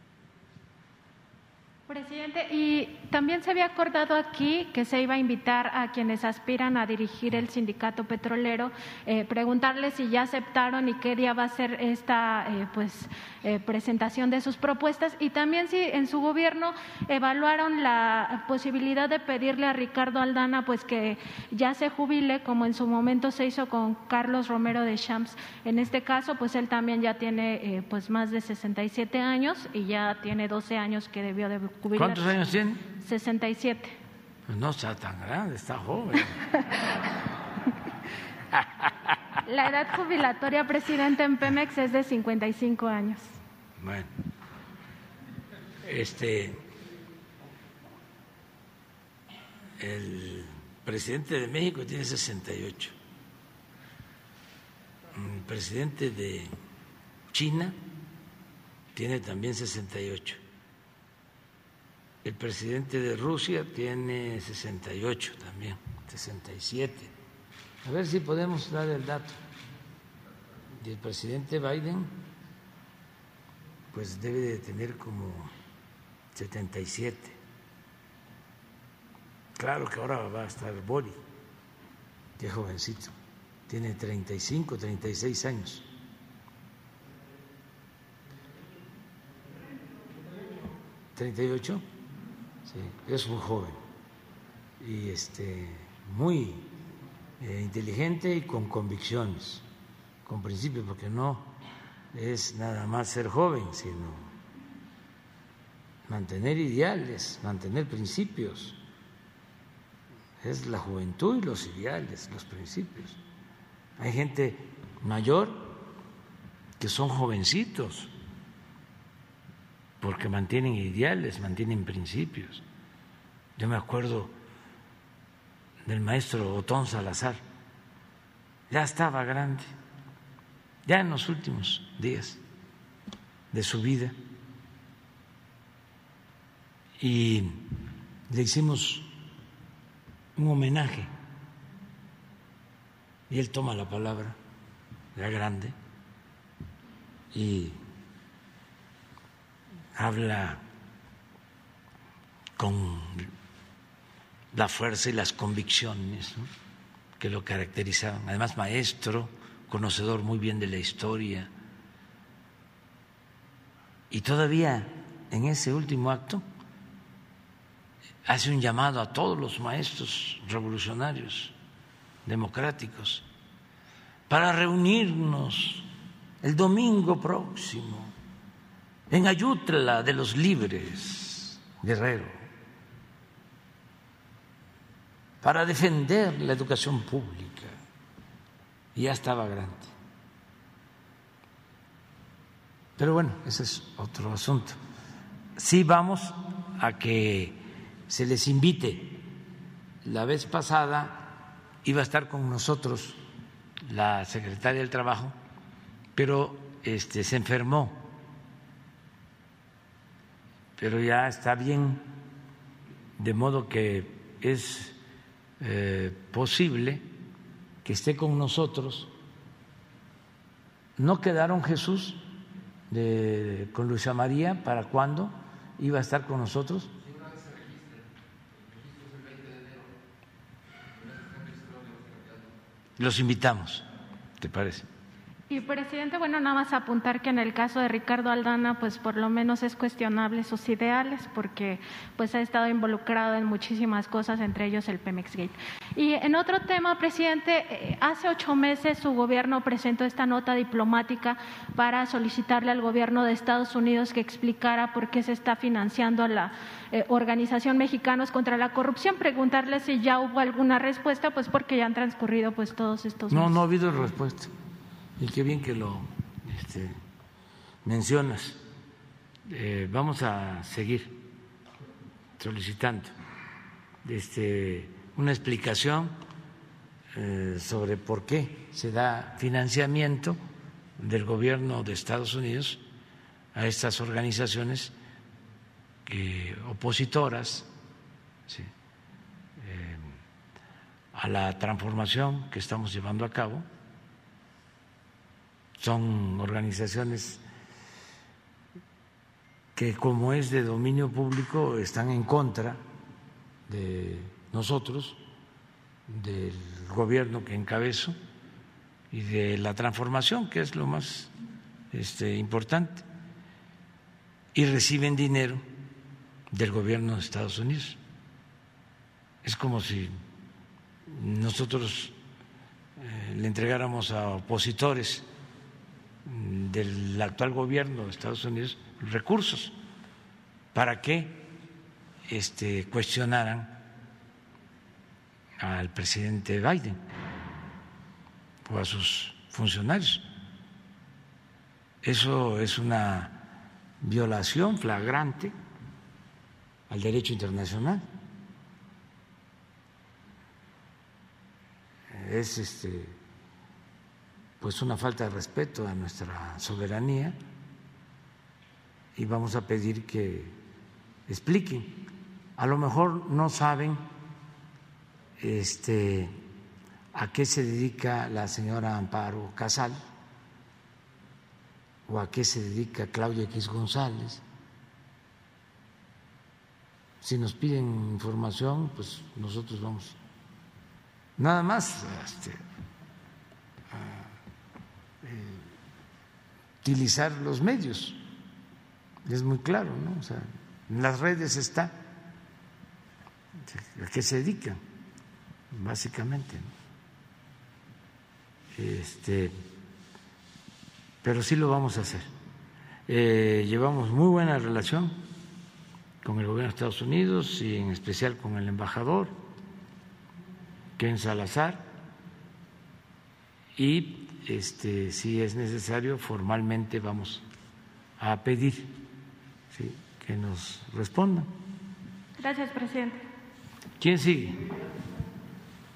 Presidente, y también se había acordado aquí que se iba a invitar a quienes aspiran a dirigir el sindicato petrolero, preguntarles si ya aceptaron y qué día va a ser esta presentación de sus propuestas, y también si en su gobierno evaluaron la posibilidad de pedirle a Ricardo Aldana pues que ya se jubile, como en su momento se hizo con Carlos Romero de Champs. En este caso, pues él también ya tiene más de 67 años y ya tiene 12 años que debió de jubilarse. ¿Cuántos años tiene? 67. Pues no está tan grande, está joven. La edad jubilatoria, presidente, en Pemex es de 55 años. Bueno, el presidente de México tiene 68. El presidente de China tiene también 68. El presidente de Rusia tiene 68 también, 67. A ver si podemos dar el dato. Y el presidente Biden pues debe de tener como 77. Claro que ahora va a estar Boris, que es jovencito, tiene 35, 36 años. ¿38? Sí, es un joven y muy inteligente y con convicciones, con principios, porque no es nada más ser joven, sino mantener ideales, mantener principios. Es la juventud y los ideales, los principios. Hay gente mayor que son jovencitos porque mantienen ideales, mantienen principios. Yo me acuerdo del maestro Otón Salazar ya estaba grande, ya en los últimos días de su vida, y le hicimos un homenaje y él toma la palabra, ya grande, y habla con la fuerza y las convicciones, ¿no?, que lo caracterizaban. Además, maestro, conocedor muy bien de la historia. Y todavía en ese último acto hace un llamado a todos los maestros revolucionarios democráticos para reunirnos el domingo próximo en Ayutla de los Libres, Guerrero, para defender la educación pública. Y ya estaba grande. Pero bueno, ese es otro asunto. Sí vamos a que se les invite. La vez pasada iba a estar con nosotros la secretaria del Trabajo, pero se enfermó. Pero ya está bien, de modo que es posible que esté con nosotros. ¿No quedaron, Jesús, con Luisa María para cuándo iba a estar con nosotros? Los invitamos, ¿te parece? Y, presidente, bueno, nada más apuntar que en el caso de Ricardo Aldana, pues por lo menos es cuestionable sus ideales, porque pues ha estado involucrado en muchísimas cosas, entre ellos el Pemex Gate. Y en otro tema, presidente, hace 8 meses su gobierno presentó esta nota diplomática para solicitarle al gobierno de Estados Unidos que explicara por qué se está financiando a la Organización Mexicanos contra la Corrupción. Preguntarle si ya hubo alguna respuesta, pues porque ya han transcurrido pues todos estos meses. No ha habido respuesta. Y qué bien que lo mencionas. Vamos a seguir solicitando una explicación sobre por qué se da financiamiento del gobierno de Estados Unidos a estas organizaciones opositoras, ¿sí?, a la transformación que estamos llevando a cabo. Son organizaciones que, como es de dominio público, están en contra de nosotros, del gobierno que encabezo y de la transformación, que es lo más importante, y reciben dinero del gobierno de Estados Unidos. Es como si nosotros le entregáramos a opositores del actual gobierno de Estados Unidos recursos para que cuestionaran al presidente Biden o a sus funcionarios. Eso es una violación flagrante al derecho internacional. Es pues una falta de respeto a nuestra soberanía, y vamos a pedir que expliquen. A lo mejor no saben a qué se dedica la señora Amparo Casal o a qué se dedica Claudia X González. Si nos piden información, pues nosotros vamos nada más utilizar los medios. Es muy claro, ¿no? O sea, en las redes está a qué se dedican, básicamente, ¿no? Pero sí lo vamos a hacer. Llevamos muy buena relación con el gobierno de Estados Unidos y en especial con el embajador Ken Salazar, y si es necesario, formalmente vamos a pedir, ¿sí?, que nos respondan. Gracias, presidente. ¿Quién sigue?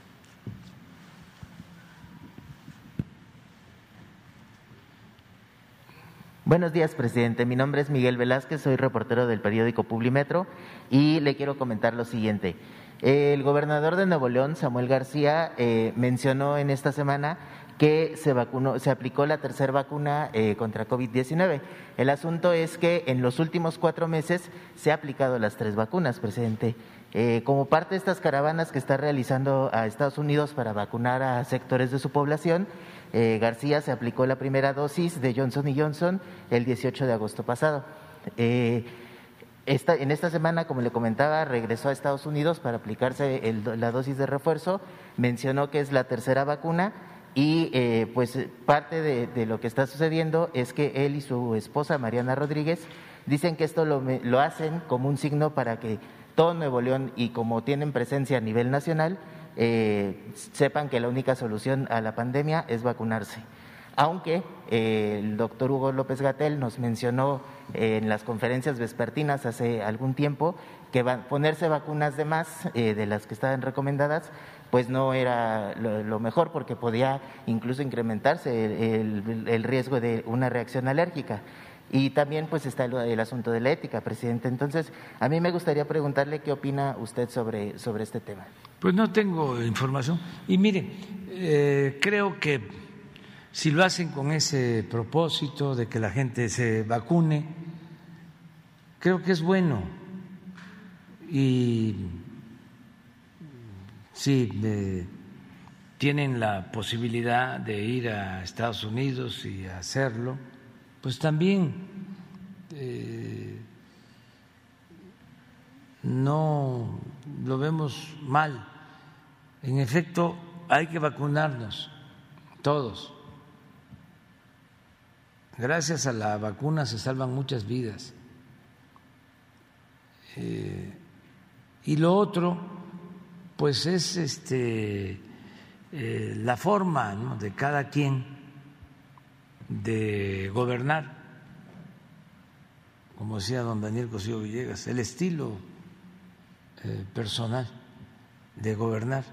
Buenos días, presidente. Mi nombre es Miguel Velázquez, soy reportero del periódico Publimetro y le quiero comentar lo siguiente. El gobernador de Nuevo León, Samuel García, mencionó en esta semana que se aplicó la tercera vacuna contra COVID-19. El asunto es que en los últimos 4 meses se ha aplicado las 3 vacunas, presidente. Como parte de estas caravanas que está realizando a Estados Unidos para vacunar a sectores de su población, García se aplicó la primera dosis de Johnson & Johnson el 18 de agosto pasado. En esta semana, como le comentaba, regresó a Estados Unidos para aplicarse la dosis de refuerzo, mencionó que es la tercera vacuna y pues parte de lo que está sucediendo es que él y su esposa, Mariana Rodríguez, dicen que esto lo hacen como un signo para que todo Nuevo León y como tienen presencia a nivel nacional, sepan que la única solución a la pandemia es vacunarse. Aunque el doctor Hugo López-Gatell nos mencionó en las conferencias vespertinas hace algún tiempo que ponerse vacunas de más de las que estaban recomendadas, pues no era lo mejor porque podía incluso incrementarse el riesgo de una reacción alérgica. Y también pues está el asunto de la ética, presidente. Entonces, a mí me gustaría preguntarle qué opina usted sobre este tema. Pues no tengo información. Y mire, creo que si lo hacen con ese propósito de que la gente se vacune, creo que es bueno. Y si tienen la posibilidad de ir a Estados Unidos y hacerlo, pues también no lo vemos mal. En efecto, hay que vacunarnos todos. Gracias a la vacuna se salvan muchas vidas. Y lo otro, pues es la forma, ¿no?, de cada quien de gobernar, como decía don Daniel Cosío Villegas, el estilo personal de gobernar.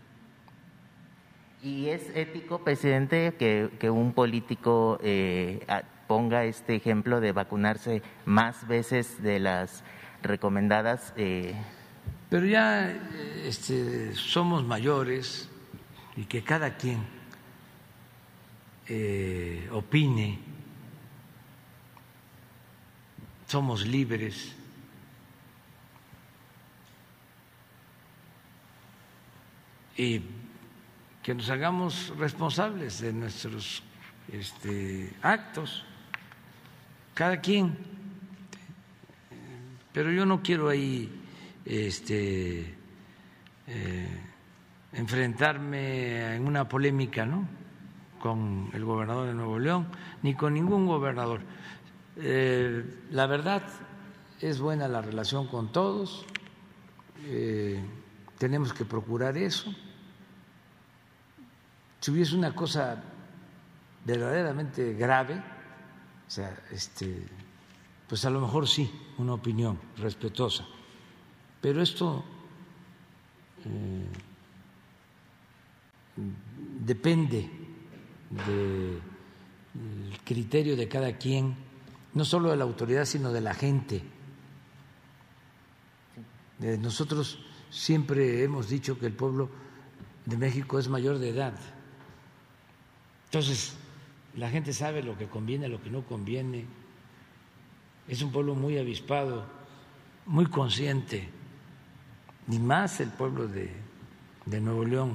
¿Y es ético, presidente, que un político ponga este ejemplo de vacunarse más veces de las recomendadas? Pero ya somos mayores y que cada quien opine, somos libres. Y que nos hagamos responsables de nuestros actos, cada quien. Pero yo no quiero ahí enfrentarme en una polémica, ¿no?, con el gobernador de Nuevo León, ni con ningún gobernador. La verdad, es buena la relación con todos, tenemos que procurar eso. Si hubiese una cosa verdaderamente grave, o sea, pues a lo mejor sí, una opinión respetuosa, pero esto depende del criterio de cada quien, no solo de la autoridad, sino de la gente. Nosotros siempre hemos dicho que el pueblo de México es mayor de edad. Entonces, la gente sabe lo que conviene, lo que no conviene. Es un pueblo muy avispado, muy consciente, y más el pueblo de Nuevo León.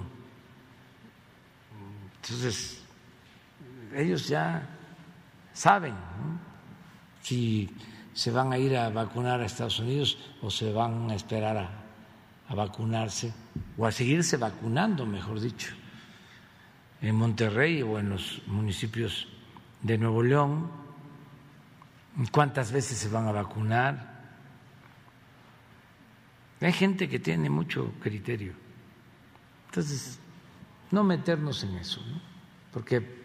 Entonces, ellos ya saben, ¿no?, si se van a ir a vacunar a Estados Unidos o se van a esperar a vacunarse o a seguirse vacunando, mejor dicho, en Monterrey o en los municipios de Nuevo León, cuántas veces se van a vacunar. Hay gente que tiene mucho criterio. Entonces, no meternos en eso, ¿no?, porque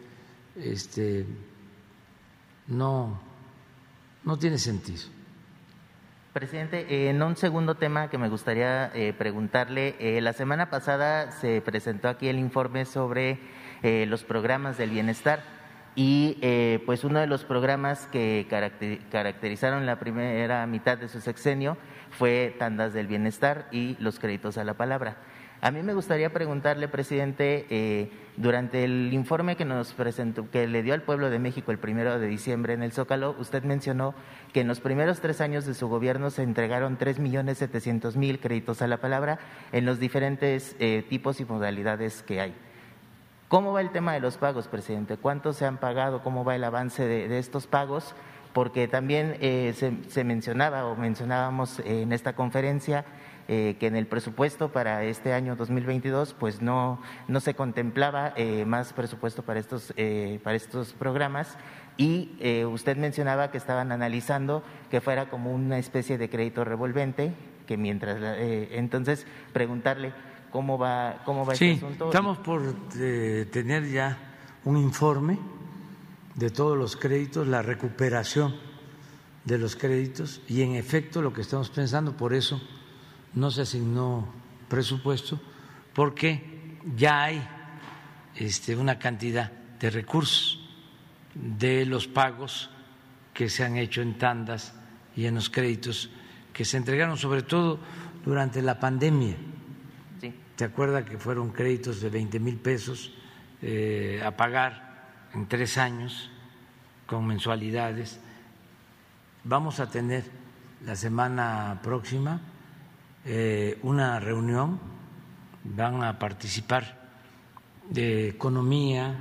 no tiene sentido. Presidente, en un segundo tema que me gustaría preguntarle, la semana pasada se presentó aquí el informe sobre los programas del bienestar. y pues uno de los programas que caracterizaron la primera mitad de su sexenio fue Tandas del Bienestar y los créditos a la palabra. A mí me gustaría preguntarle, presidente, durante el informe que nos presentó, que le dio al pueblo de México el 1 de diciembre en el Zócalo, usted mencionó que en los primeros 3 años de su gobierno se entregaron 3.700.000 créditos a la palabra en los diferentes tipos y modalidades que hay. ¿Cómo va el tema de los pagos, presidente? ¿Cuántos se han pagado? ¿Cómo va el avance de estos pagos? Porque también se mencionaba o mencionábamos en esta conferencia que en el presupuesto para este año 2022 pues no se contemplaba más presupuesto para estos programas y usted mencionaba que estaban analizando que fuera como una especie de crédito revolvente, que mientras entonces preguntarle cómo va sí, este asunto. Estamos por tener ya un informe de todos los créditos, la recuperación de los créditos y en efecto lo que estamos pensando, por eso no se asignó presupuesto, porque ya hay una cantidad de recursos de los pagos que se han hecho en tandas y en los créditos que se entregaron, sobre todo durante la pandemia. Sí. ¿Te acuerdas que fueron créditos de 20,000 pesos a pagar en 3 años con mensualidades? Vamos a tener la semana próxima una reunión, van a participar de economía,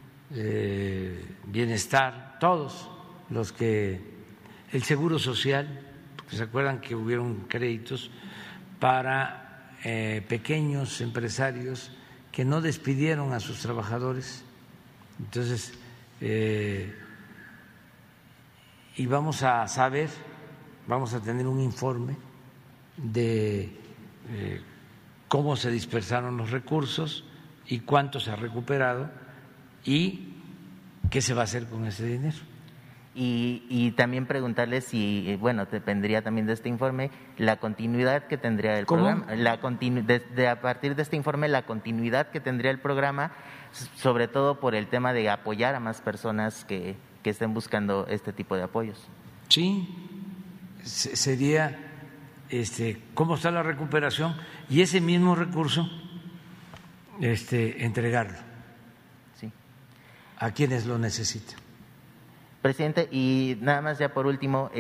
bienestar, todos los que, el Seguro Social, porque se acuerdan que hubieron créditos para pequeños empresarios que no despidieron a sus trabajadores, entonces y vamos a saber, vamos a tener un informe de cómo se dispersaron los recursos y cuánto se ha recuperado y qué se va a hacer con ese dinero. Y también preguntarle si, bueno, dependería también de este informe, la continuidad que tendría el ¿Cómo? programa, a partir de este informe, la continuidad que tendría el programa, sobre todo por el tema de apoyar a más personas que estén buscando este tipo de apoyos. Sí, sería cómo está la recuperación y ese mismo recurso entregarlo Sí. a quienes lo necesitan. Presidente, y nada más ya por último,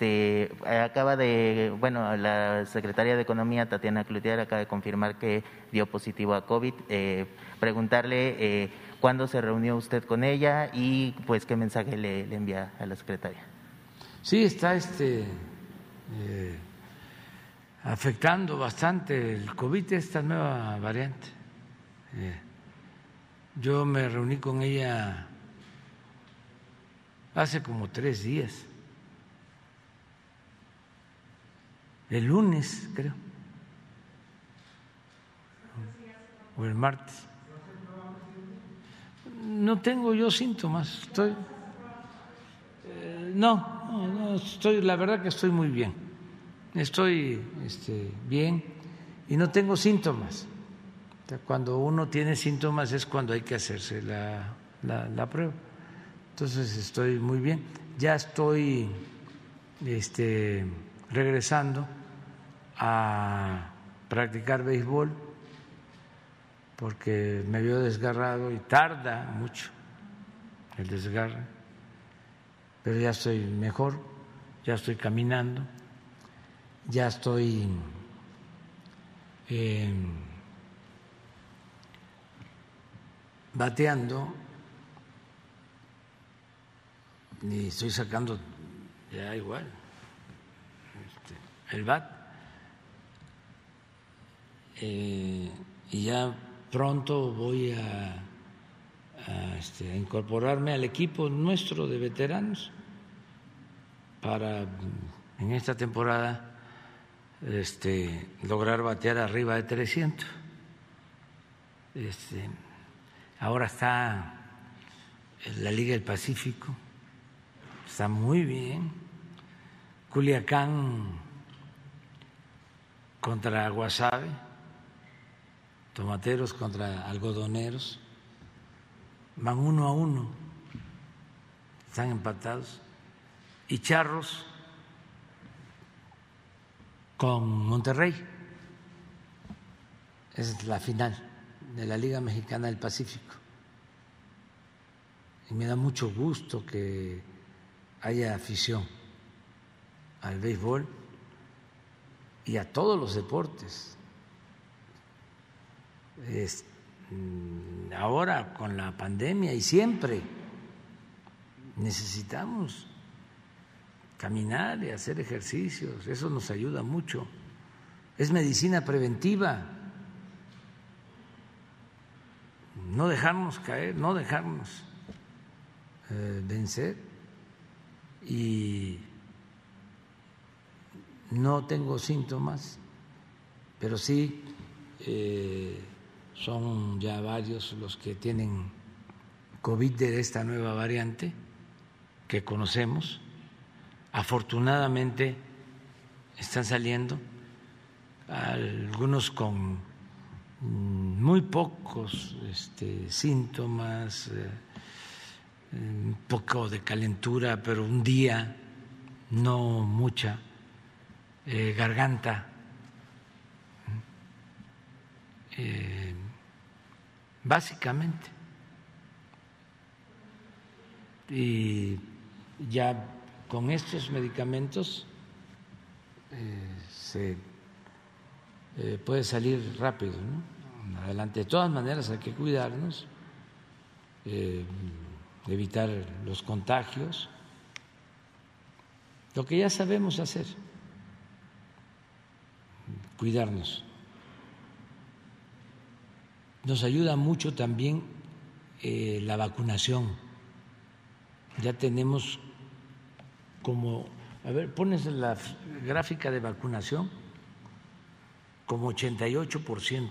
la secretaria de Economía, Tatiana Cloutier, acaba de confirmar que dio positivo a COVID. Preguntarle cuándo se reunió usted con ella y pues qué mensaje le envía a la secretaria. Sí, está afectando bastante el COVID, esta nueva variante. Yo me reuní con ella hace como 3 días, el lunes creo, o el martes. No tengo yo síntomas, la verdad que estoy muy bien, estoy bien y no tengo síntomas. Cuando uno tiene síntomas es cuando hay que hacerse la prueba. Entonces estoy muy bien, ya estoy regresando a practicar béisbol porque me veo desgarrado y tarda mucho el desgarre, pero ya estoy mejor, ya estoy caminando, ya estoy bateando y estoy sacando ya igual el bat y ya pronto voy a incorporarme al equipo nuestro de veteranos para en esta temporada lograr batear arriba de 300. Ahora está en la Liga del Pacífico, está muy bien. Culiacán contra Guasave, Tomateros contra Algodoneros, van 1-1 están empatados, y Charros con Monterrey. Es la final de la Liga Mexicana del Pacífico. Y me da mucho gusto que haya afición al béisbol y a todos los deportes. Ahora con la pandemia y siempre necesitamos caminar y hacer ejercicios, eso nos ayuda mucho. Es medicina preventiva. No dejarnos caer, no dejarnos vencer. Y no tengo síntomas, pero sí son ya varios los que tienen COVID de esta nueva variante que conocemos. Afortunadamente están saliendo algunos con muy pocos síntomas, un poco de calentura, pero un día, no mucha, garganta, básicamente. Y ya con estos medicamentos se puede salir rápido, ¿no? Adelante. De todas maneras hay que cuidarnos, evitar los contagios, lo que ya sabemos hacer, cuidarnos. Nos ayuda mucho también la vacunación. Ya tenemos como, a ver, pones la gráfica de vacunación, como 88%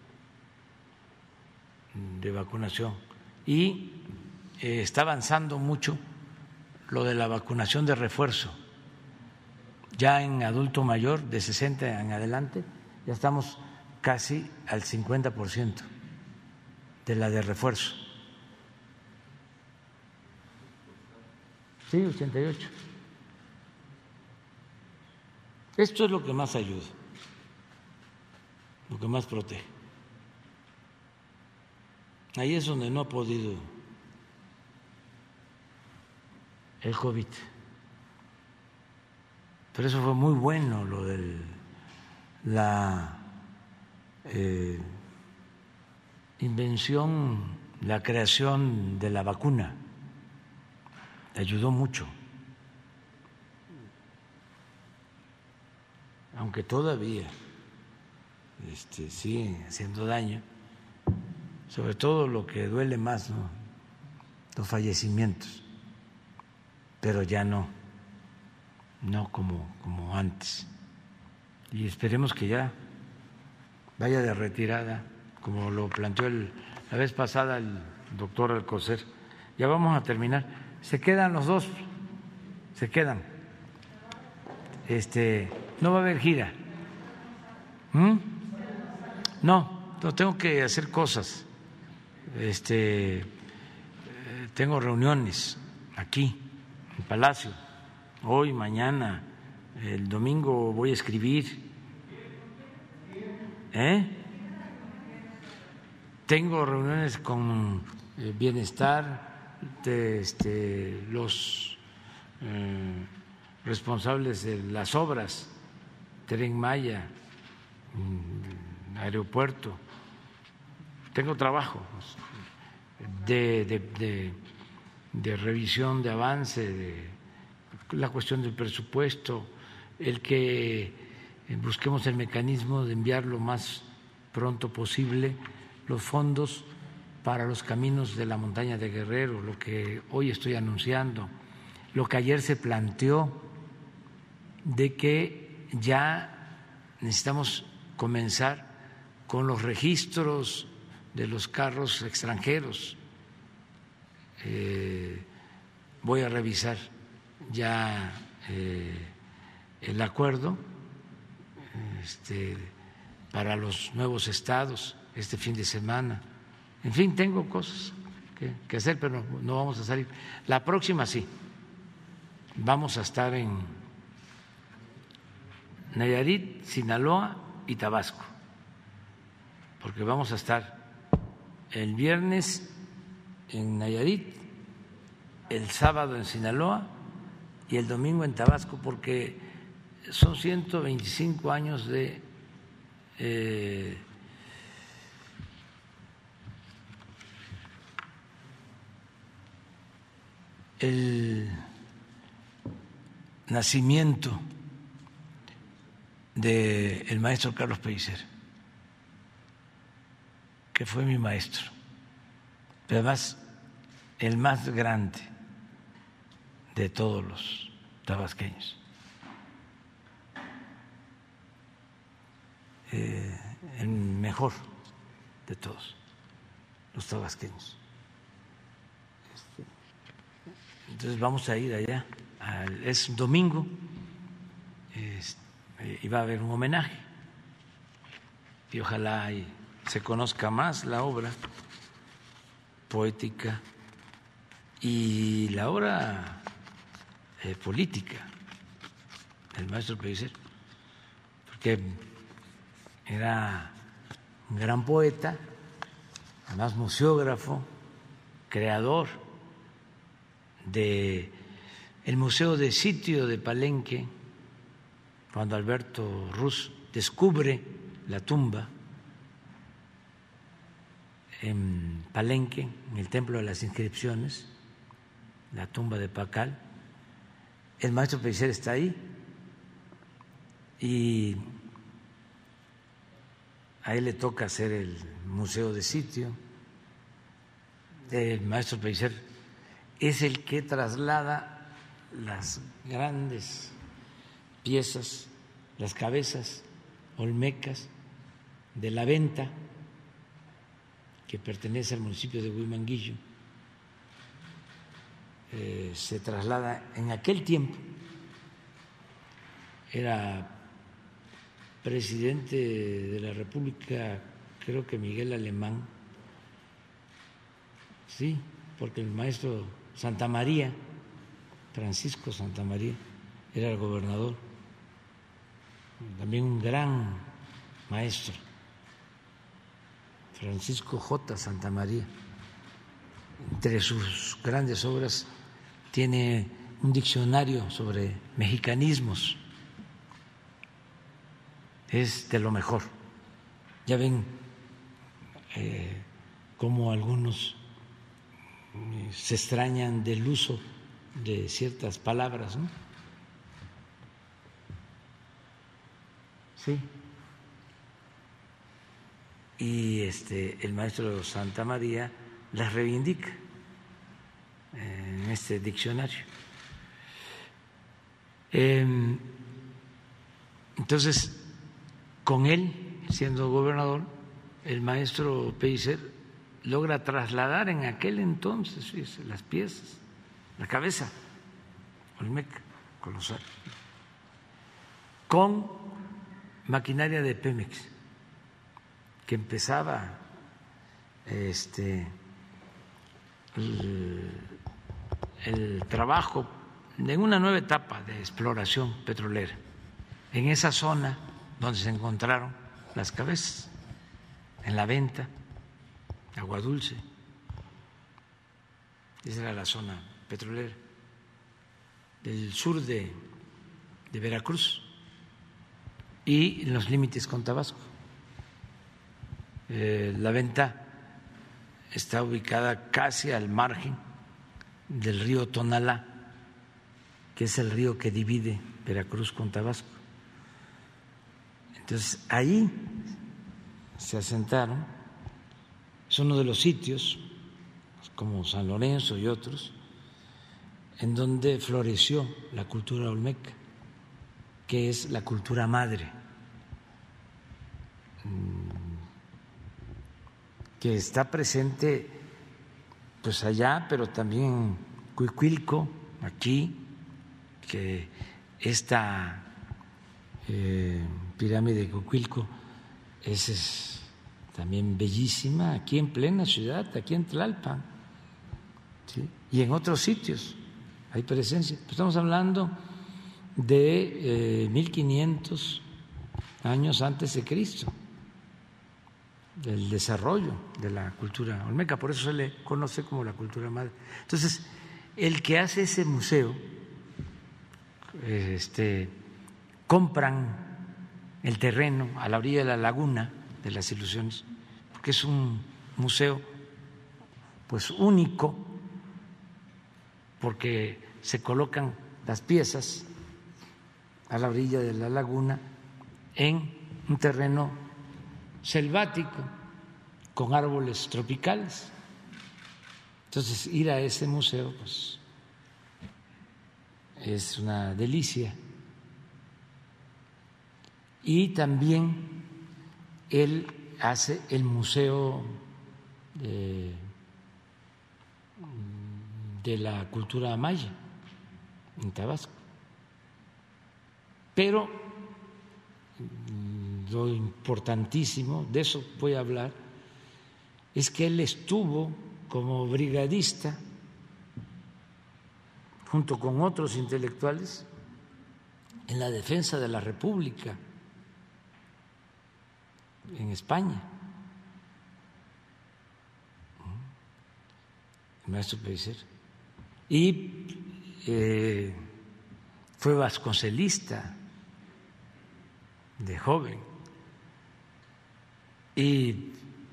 de vacunación. Y está avanzando mucho lo de la vacunación de refuerzo. Ya en adulto mayor, de 60 en adelante, ya estamos casi al 50% de la de refuerzo. Sí, 88. Esto es lo que más ayuda, lo que más protege. Ahí es donde no ha podido el COVID. Pero eso fue muy bueno, lo de la invención, la creación de la vacuna. Ayudó mucho. Aunque todavía siguen haciendo daño, sobre todo lo que duele más, ¿no?, los fallecimientos, pero ya no como antes. Y esperemos que ya vaya de retirada, como lo planteó la vez pasada el doctor Alcocer. Ya vamos a terminar. Se quedan los dos, se quedan. No va a haber gira. No, tengo que hacer cosas. Tengo reuniones aquí en Palacio. Hoy, mañana, el domingo voy a escribir. Tengo reuniones con Bienestar, los responsables de las obras, Tren Maya, aeropuerto. Tengo trabajo de revisión, de avance, de la cuestión del presupuesto, el que busquemos el mecanismo de enviar lo más pronto posible los fondos para los caminos de la montaña de Guerrero, lo que hoy estoy anunciando, lo que ayer se planteó de que ya necesitamos comenzar con los registros de los carros extranjeros. Voy a revisar ya el acuerdo para los nuevos estados este fin de semana. En fin, tengo cosas que hacer, pero no vamos a salir. La próxima sí, vamos a estar en Nayarit, Sinaloa y Tabasco, porque vamos a estar el viernes en Nayarit, el sábado en Sinaloa y el domingo en Tabasco, porque son 125 años de el nacimiento del maestro Carlos Pellicer, que fue mi maestro, pero además el más grande de todos los tabasqueños, el mejor de todos los tabasqueños. Entonces vamos a ir allá, es un domingo, y va a haber un homenaje y ojalá se conozca más la obra poética y la obra política del maestro Pellicer, porque era un gran poeta, además museógrafo, creador de el Museo de Sitio de Palenque, cuando Alberto Ruz descubre la tumba en Palenque, en el Templo de las Inscripciones, la tumba de Pacal. El maestro Pellicer está ahí y a él le toca hacer el museo de sitio. El maestro Pellicer es el que traslada las grandes piezas, las cabezas olmecas de la Venta, que pertenece al municipio de Huimanguillo. Se traslada en aquel tiempo, era presidente de la República, creo que Miguel Alemán, sí, porque el maestro Santamaría, Francisco Santamaría, era el gobernador, también un gran maestro, Francisco J. Santamaría. Entre sus grandes obras tiene un diccionario sobre mexicanismos, es de lo mejor. Ya ven cómo algunos se extrañan del uso de ciertas palabras, ¿no? Sí. Y el maestro Santamaría las reivindica en este diccionario. Entonces, con él, siendo gobernador, el maestro Pellicer logra trasladar en aquel entonces, fíjese, las piezas, la cabeza olmeca colosal, con maquinaria de Pemex, que empezaba el trabajo en una nueva etapa de exploración petrolera en esa zona donde se encontraron las cabezas, en La Venta, Agua Dulce. Esa era la zona petrolera del sur de Veracruz y en los límites con Tabasco. La Venta está ubicada casi al margen del río Tonalá, que es el río que divide Veracruz con Tabasco. Entonces, ahí se asentaron, es uno de los sitios, como San Lorenzo y otros, en donde floreció la cultura olmeca, que es la cultura madre, que está presente pues allá, pero también en Cuicuilco, aquí, que esta pirámide de Cuicuilco es también bellísima, aquí en plena ciudad, aquí en Tlalpan, ¿sí? Y en otros sitios hay presencia. Estamos hablando de 1500 años antes de Cristo, del desarrollo de la cultura olmeca, por eso se le conoce como la cultura madre. Entonces, el que hace ese museo, compran el terreno a la orilla de la laguna de las Ilusiones, porque es un museo pues único, porque se colocan las piezas a la orilla de la laguna en un terreno selvático con árboles tropicales. Entonces, ir a ese museo pues es una delicia. Y también él hace el Museo de la Cultura Maya en Tabasco. Pero lo importantísimo, de eso voy a hablar, es que él estuvo como brigadista junto con otros intelectuales en la defensa de la República en España. El maestro Pellicer. Y fue vasconcelista de joven. Y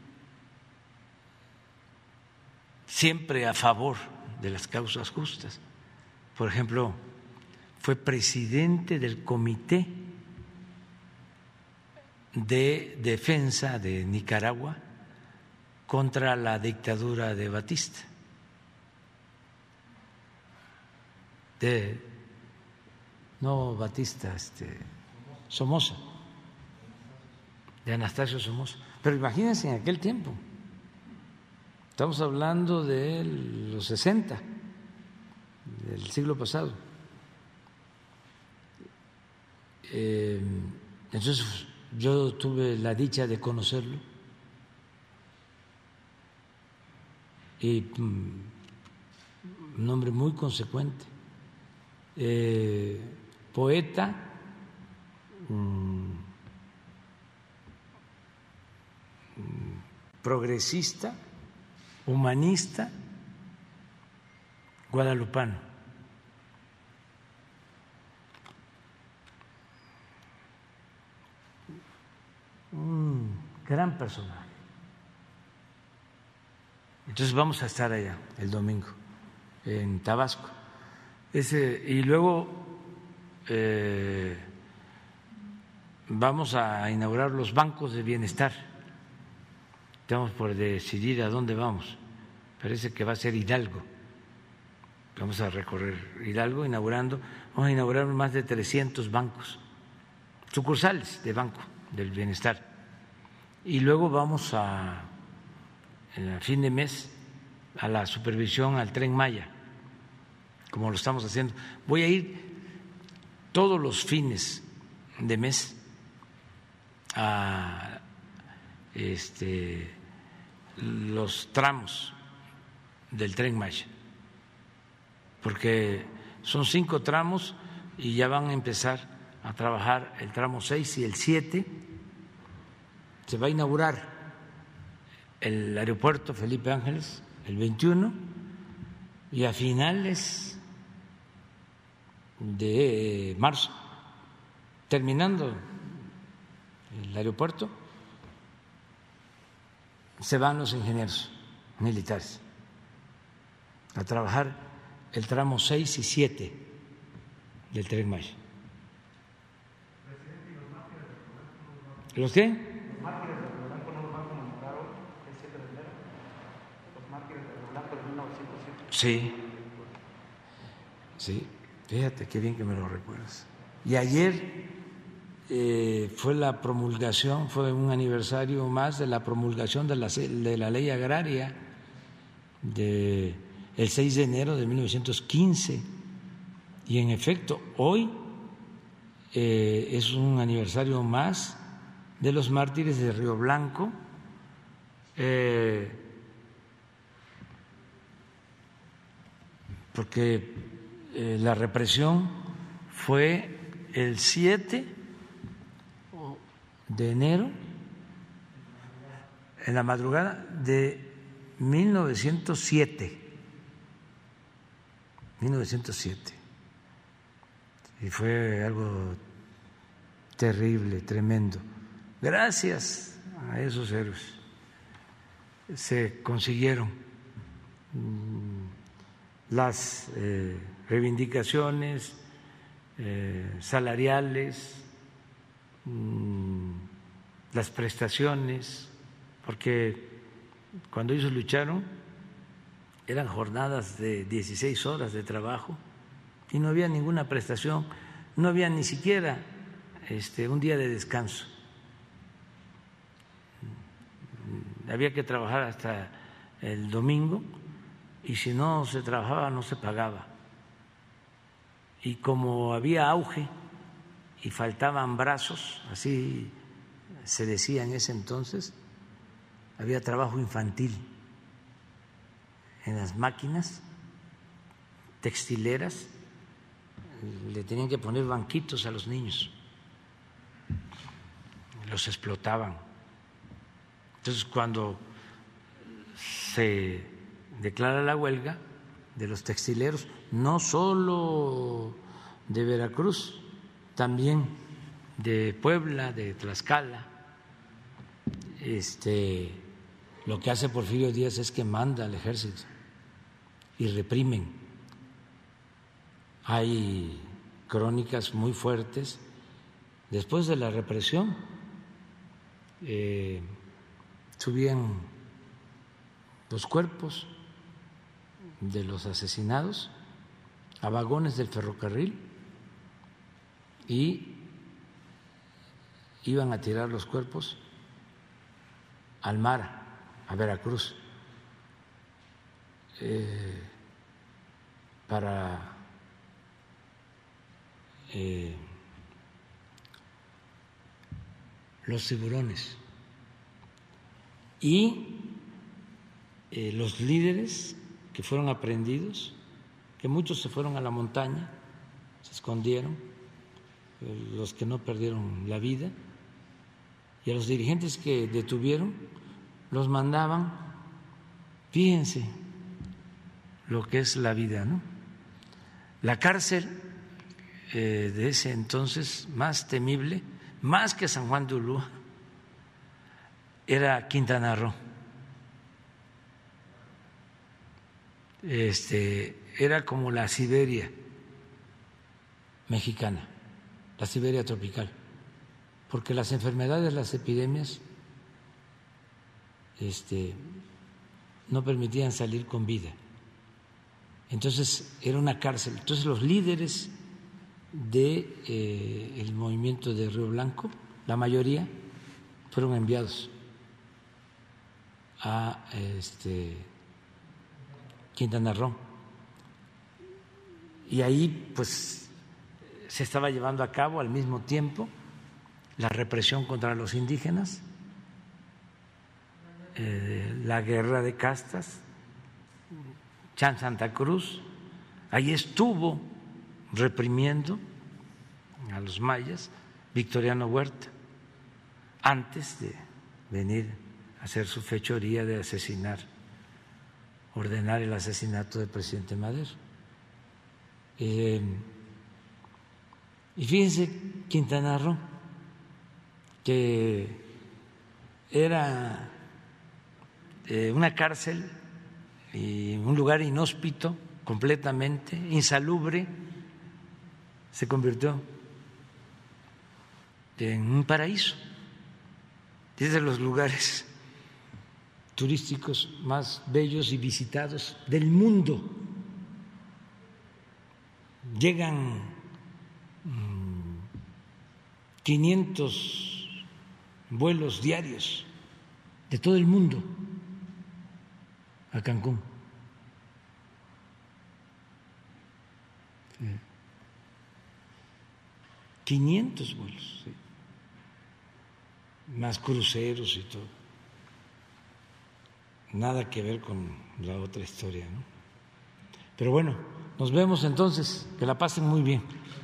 siempre a favor de las causas justas. Por ejemplo, fue presidente del Comité de Defensa de Nicaragua contra la dictadura de Batista, Somoza, de Anastasio Somoza. Pero imagínense en aquel tiempo, estamos hablando de los 60 del siglo pasado. Entonces yo tuve la dicha de conocerlo y un hombre muy consecuente, poeta, progresista, humanista, guadalupano. Un gran personaje. Entonces vamos a estar allá el domingo en Tabasco. Y luego vamos a inaugurar los bancos de bienestar. Estamos por decidir a dónde vamos. Parece que va a ser Hidalgo. Vamos a recorrer Hidalgo vamos a inaugurar más de 300 bancos, sucursales de Banco del Bienestar. Y luego vamos a fin de mes a la supervisión al Tren Maya, como lo estamos haciendo. Voy a ir todos los fines de mes a los tramos del Tren Maya, porque son 5 tramos y ya van a empezar a trabajar el tramo 6 y el 7. Se va a inaugurar el aeropuerto Felipe Ángeles el 21 y a finales de marzo, terminando el aeropuerto, se van los ingenieros militares a trabajar el tramo 6 y 7 del Tren Maya. ¿Los qué? Los mártires de Río Blanco no los van a conmemorar hoy, el 7 de enero. Los mártires de Río Blanco de 1907. Sí, fíjate qué bien que me lo recuerdas. Y ayer fue la promulgación, fue un aniversario más de la promulgación de la ley agraria del 6 de enero de 1915. Y en efecto, hoy es un aniversario más de los mártires de Río Blanco. porque la represión fue el 7 de enero, en la madrugada de 1907, y fue algo terrible, tremendo. Gracias a esos héroes se consiguieron las reivindicaciones salariales, las prestaciones, porque cuando ellos lucharon eran jornadas de 16 horas de trabajo y no había ninguna prestación, no había ni siquiera un día de descanso. Había que trabajar hasta el domingo y si no se trabajaba no se pagaba. Y como había auge y faltaban brazos, así se decía en ese entonces, había trabajo infantil en las máquinas textileras, le tenían que poner banquitos a los niños, los explotaban. Entonces, cuando se declara la huelga de los textileros, no solo de Veracruz, también de Puebla, de Tlaxcala, lo que hace Porfirio Díaz es que manda al ejército y reprimen. Hay crónicas muy fuertes después de la represión. Subían los cuerpos de los asesinados a vagones del ferrocarril y iban a tirar los cuerpos al mar, a Veracruz, para los tiburones. Y los líderes que fueron aprehendidos, que muchos se fueron a la montaña, se escondieron, los que no perdieron la vida, y a los dirigentes que detuvieron los mandaban, fíjense lo que es la vida, ¿no? La cárcel de ese entonces más temible, más que San Juan de Ulúa, era Quintana Roo. Era como la Siberia mexicana, la Siberia tropical, porque las enfermedades, las epidemias, no permitían salir con vida. Entonces era una cárcel. Entonces los líderes del movimiento de Río Blanco, la mayoría, fueron enviados a Quintana Roo, y ahí pues se estaba llevando a cabo al mismo tiempo la represión contra los indígenas, la guerra de castas. Chan Santa Cruz ahí estuvo reprimiendo a los mayas Victoriano Huerta antes de venir a hacer su fechoría de asesinar, ordenar el asesinato del presidente Madero. Y fíjense, Quintana Roo, que era una cárcel y un lugar inhóspito, completamente insalubre, se convirtió en un paraíso. Es de los lugares turísticos más bellos y visitados del mundo. Llegan 500 vuelos diarios de todo el mundo a Cancún. 500 vuelos, sí, más cruceros y todo. Nada que ver con la otra historia, ¿no? Pero bueno, Nos vemos entonces. Que la pasen muy bien.